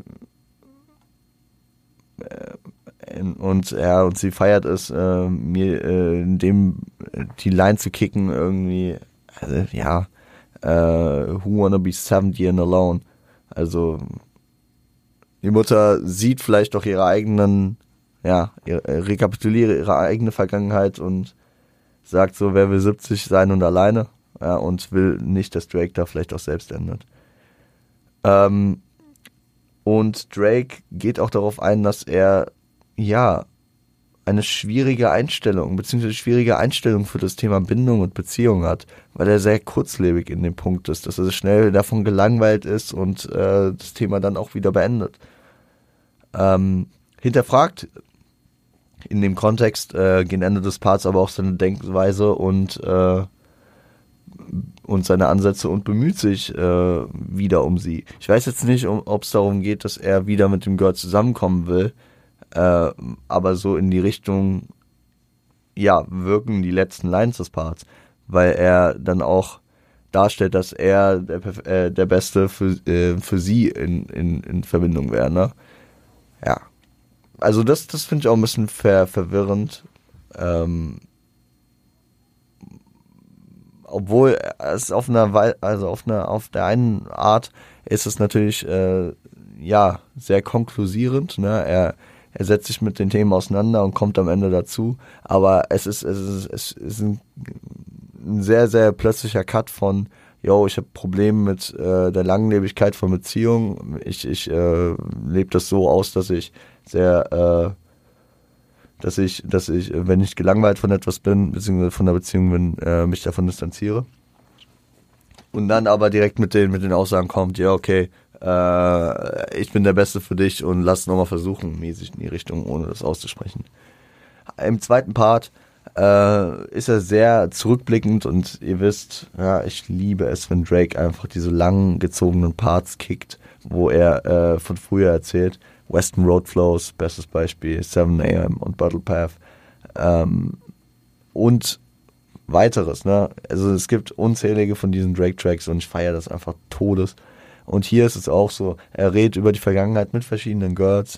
äh, und ja, und sie feiert es, äh, mir äh, in dem die Line zu kicken irgendwie, also, ja, äh, who wanna be seventy and alone? Also die Mutter sieht vielleicht auch ihre eigenen, ja, ihre, rekapituliere ihre eigene Vergangenheit und sagt so, wer will siebzig sein und alleine? Ja, und will nicht, dass Drake da vielleicht auch selbst endet. Ähm, und Drake geht auch darauf ein, dass er, ja, eine schwierige Einstellung, beziehungsweise schwierige Einstellung für das Thema Bindung und Beziehung hat, weil er sehr kurzlebig in dem Punkt ist, dass er schnell davon gelangweilt ist und äh, das Thema dann auch wieder beendet. Ähm, hinterfragt in dem Kontext äh, gegen Ende des Parts aber auch seine Denkweise und äh, und seine Ansätze und bemüht sich äh, wieder um sie. Ich weiß jetzt nicht, um, ob es darum geht, dass er wieder mit dem Girl zusammenkommen will, äh, aber so in die Richtung, ja, wirken die letzten Lines des Parts, weil er dann auch darstellt, dass er der, äh, der Beste für, äh, für sie in, in, in Verbindung wäre, ne? Ja. Also das, das finde ich auch ein bisschen ver, verwirrend, ähm, obwohl es auf einer Weise, also auf einer, auf der einen Art ist es natürlich, äh, ja, sehr konklusierend, ne, er, er setzt sich mit den Themen auseinander und kommt am Ende dazu, aber es ist, es ist, es ist ein, ein sehr, sehr plötzlicher Cut von, yo, ich habe Probleme mit äh, der Langlebigkeit von Beziehungen, ich, ich äh, lebe das so aus, dass ich sehr, äh, dass ich, dass ich, wenn ich gelangweilt von etwas bin, beziehungsweise von der Beziehung bin, äh, mich davon distanziere. Und dann aber direkt mit den, mit den Aussagen kommt, ja, okay, äh, ich bin der Beste für dich und lass nochmal versuchen, mäßig in die Richtung, ohne das auszusprechen. Im zweiten Part äh, ist er sehr zurückblickend und ihr wisst, ja, ich liebe es, wenn Drake einfach diese lang gezogenen Parts kickt, wo er äh, von früher erzählt. Western Road Flows, bestes Beispiel, seven a m und Battle Path ähm, und weiteres, ne? Also es gibt unzählige von diesen Drake-Tracks und ich feiere das einfach todes. Und hier ist es auch so, er redet über die Vergangenheit mit verschiedenen Girls,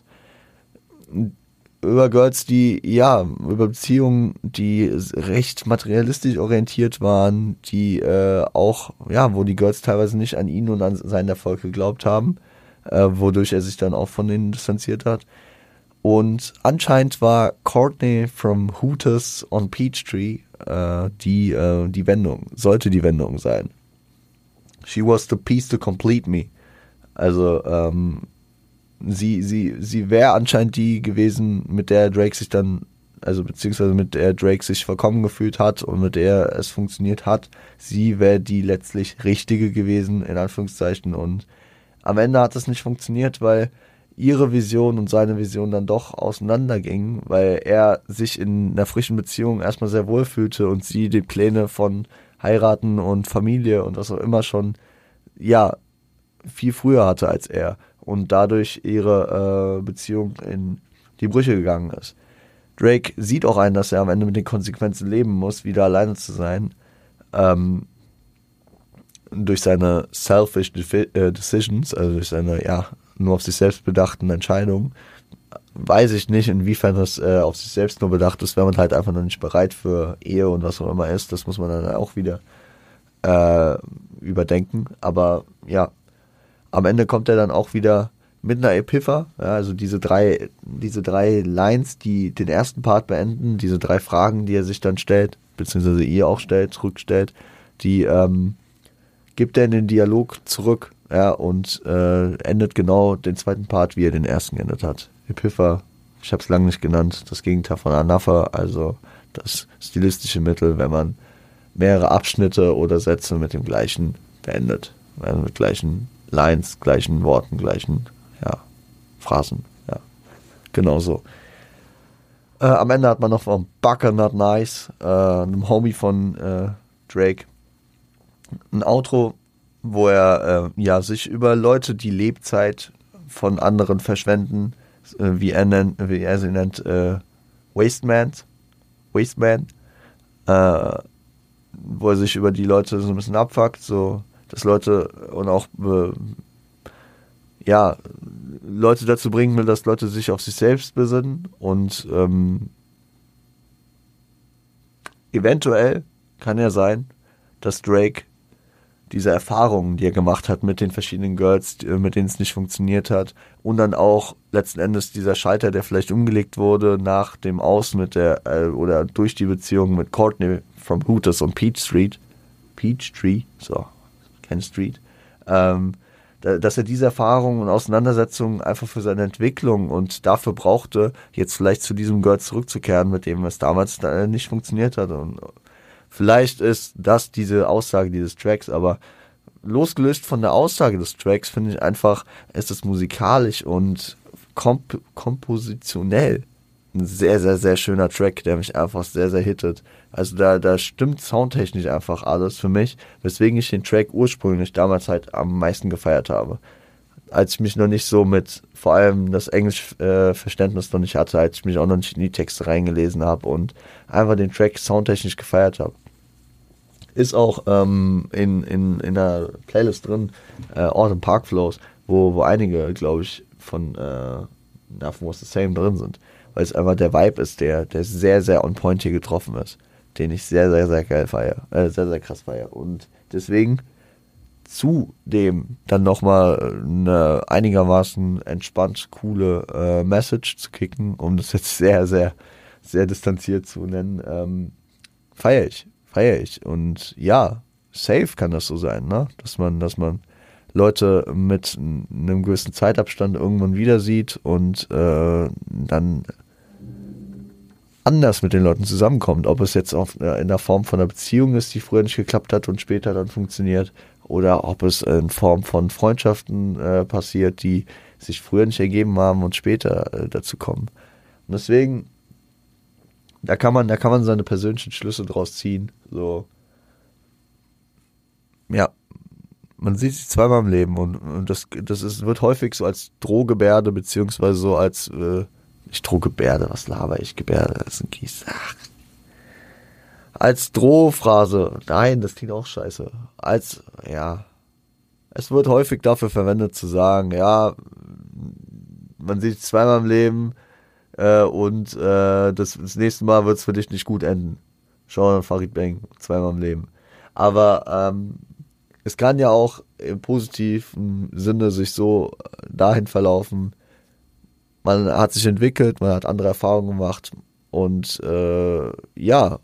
über Girls, die, ja, über Beziehungen, die recht materialistisch orientiert waren, die äh, auch, ja, wo die Girls teilweise nicht an ihn und an seinen Erfolg geglaubt haben, Äh, wodurch er sich dann auch von denen distanziert hat. Und anscheinend war Courtney from Hooters on Peachtree äh, die, äh, die Wendung, sollte die Wendung sein. She was the piece to complete me. Also ähm, sie, sie, sie wäre anscheinend die gewesen, mit der Drake sich dann, also beziehungsweise mit der Drake sich vollkommen gefühlt hat und mit der es funktioniert hat. Sie wäre die letztlich richtige gewesen, in Anführungszeichen, und am Ende hat es nicht funktioniert, weil ihre Vision und seine Vision dann doch auseinandergingen, weil er sich in einer frischen Beziehung erstmal sehr wohl fühlte und sie die Pläne von heiraten und Familie und was auch immer schon, ja, viel früher hatte als er und dadurch ihre äh, Beziehung in die Brüche gegangen ist. Drake sieht auch ein, dass er am Ende mit den Konsequenzen leben muss, wieder alleine zu sein, ähm, durch seine selfish decisions, also durch seine, ja, nur auf sich selbst bedachten Entscheidungen, weiß ich nicht, inwiefern das äh, auf sich selbst nur bedacht ist, wenn man halt einfach noch nicht bereit für Ehe und was auch immer ist. Das muss man dann auch wieder äh, überdenken. Aber ja, am Ende kommt er dann auch wieder mit einer Epipha, ja, also diese drei, diese drei Lines, die den ersten Part beenden, diese drei Fragen, die er sich dann stellt, beziehungsweise ihr auch stellt, zurückstellt, die ähm, gibt er in den Dialog zurück, ja, und äh, endet genau den zweiten Part, wie er den ersten geendet hat. Epipha, ich habe es lange nicht genannt, das Gegenteil von Anapher, also das stilistische Mittel, wenn man mehrere Abschnitte oder Sätze mit dem gleichen beendet. Also mit gleichen Lines, gleichen Worten, gleichen ja, Phrasen. Ja, genau so. Äh, am Ende hat man noch von Bucker Not Nice, äh, einem Homie von äh, Drake, ein Outro, wo er äh, ja, sich über Leute, die Lebzeit von anderen verschwenden, äh, wie, er nennt, wie er sie nennt, äh, Wasteman, Wasteman, äh, wo er sich über die Leute so ein bisschen abfuckt, so, dass Leute und auch äh, ja, Leute dazu bringen will, dass Leute sich auf sich selbst besinnen und ähm, eventuell kann ja sein, dass Drake diese Erfahrungen, die er gemacht hat mit den verschiedenen Girls, mit denen es nicht funktioniert hat und dann auch letzten Endes dieser Schalter, der vielleicht umgelegt wurde nach dem Aus mit der äh, oder durch die Beziehung mit Courtney from Hooters und Peach Street, Peachtree, so, keine Street, ähm, dass er diese Erfahrungen und Auseinandersetzungen einfach für seine Entwicklung und dafür brauchte, jetzt vielleicht zu diesem Girl zurückzukehren, mit dem es damals nicht funktioniert hat. Und vielleicht ist das diese Aussage dieses Tracks, aber losgelöst von der Aussage des Tracks finde ich einfach, ist es musikalisch und komp- kompositionell ein sehr, sehr, sehr schöner Track, der mich einfach sehr, sehr hittet. Also da, da stimmt soundtechnisch einfach alles für mich, weswegen ich den Track ursprünglich damals halt am meisten gefeiert habe. Als ich mich noch nicht so mit, vor allem das Englischverständnis äh, noch nicht hatte, als ich mich auch noch nicht in die Texte reingelesen habe und einfach den Track soundtechnisch gefeiert habe. Ist auch ähm, in, in, in der Playlist drin, äh, Autumn Park Flows, wo, wo einige, glaube ich, von äh, Nothing Was The Same drin sind. Weil es einfach der Vibe ist, der, der sehr, sehr on point hier getroffen ist. Den ich sehr, sehr, sehr geil feiere. Äh, sehr, sehr krass feiere. Und deswegen zudem dann nochmal eine einigermaßen entspannt coole äh, Message zu kicken, um das jetzt sehr, sehr, sehr distanziert zu nennen, ähm, feiere ich. Feiere ich. Und ja, safe kann das so sein, ne? Dass man, dass man Leute mit einem gewissen Zeitabstand irgendwann wieder sieht und äh, dann anders mit den Leuten zusammenkommt. Ob es jetzt auf, in der Form von einer Beziehung ist, die früher nicht geklappt hat und später dann funktioniert, oder ob es in Form von Freundschaften äh, passiert, die sich früher nicht ergeben haben und später äh, dazu kommen. Und deswegen, da kann man, da kann man seine persönlichen Schlüsse draus ziehen. So, ja, man sieht sich zweimal im Leben und, und das, das ist, wird häufig so als Drohgebärde beziehungsweise so als äh, nicht Drohgebärde, was laber ich, Gebärde, das ist ein Kies. Ach. Als Drohphrase, nein, das klingt auch scheiße. Als, ja, es wird häufig dafür verwendet zu sagen, ja, man sieht sich zweimal im Leben äh, und äh, das, das nächste Mal wird es für dich nicht gut enden. Schau an Farid Bang, zweimal im Leben. Aber ähm, es kann ja auch im positiven Sinne sich so dahin verlaufen, man hat sich entwickelt, man hat andere Erfahrungen gemacht und äh, ja,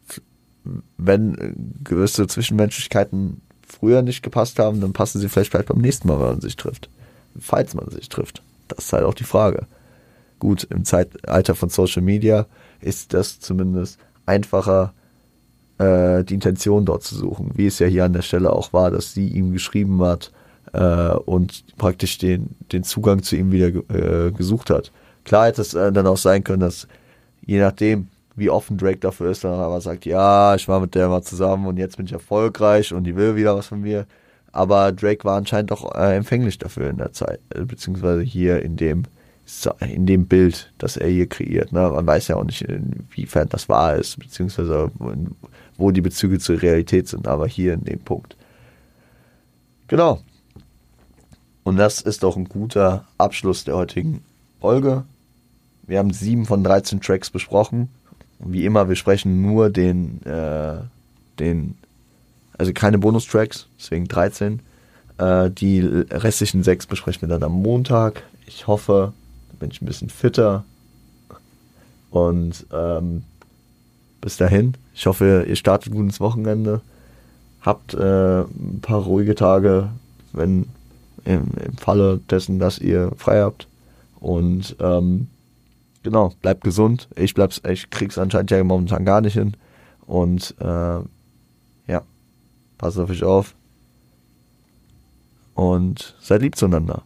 wenn gewisse Zwischenmenschlichkeiten früher nicht gepasst haben, dann passen sie vielleicht, vielleicht beim nächsten Mal, wenn man sich trifft. Falls man sich trifft. Das ist halt auch die Frage. Gut, im Zeitalter von Social Media ist das zumindest einfacher, äh, die Intention dort zu suchen. Wie es ja hier an der Stelle auch war, dass sie ihm geschrieben hat äh, und praktisch den, den Zugang zu ihm wieder äh, gesucht hat. Klar hätte es äh, dann auch sein können, dass je nachdem, wie offen Drake dafür ist, dann aber sagt, ja, ich war mit der mal zusammen und jetzt bin ich erfolgreich und die will wieder was von mir. Aber Drake war anscheinend auch äh, empfänglich dafür in der Zeit, äh, beziehungsweise hier in dem in dem Bild, das er hier kreiert. Ne? Man weiß ja auch nicht, inwiefern das wahr ist, beziehungsweise wo die Bezüge zur Realität sind, aber hier in dem Punkt. Genau. Und das ist auch ein guter Abschluss der heutigen Folge. Wir haben sieben von dreizehn Tracks besprochen. Wie immer, wir sprechen nur den, äh, den, also keine Bonustracks, deswegen dreizehn. Äh, die restlichen sechs besprechen wir dann am Montag. Ich hoffe, da bin ich ein bisschen fitter. Und ähm, bis dahin, ich hoffe, ihr startet gut ins Wochenende. Habt äh, ein paar ruhige Tage, wenn im, im Falle dessen, dass ihr frei habt. Und ähm, genau, bleibt gesund. Ich bleib's, ich krieg's anscheinend ja momentan gar nicht hin. Und äh, ja, passt auf euch auf. Und seid lieb zueinander.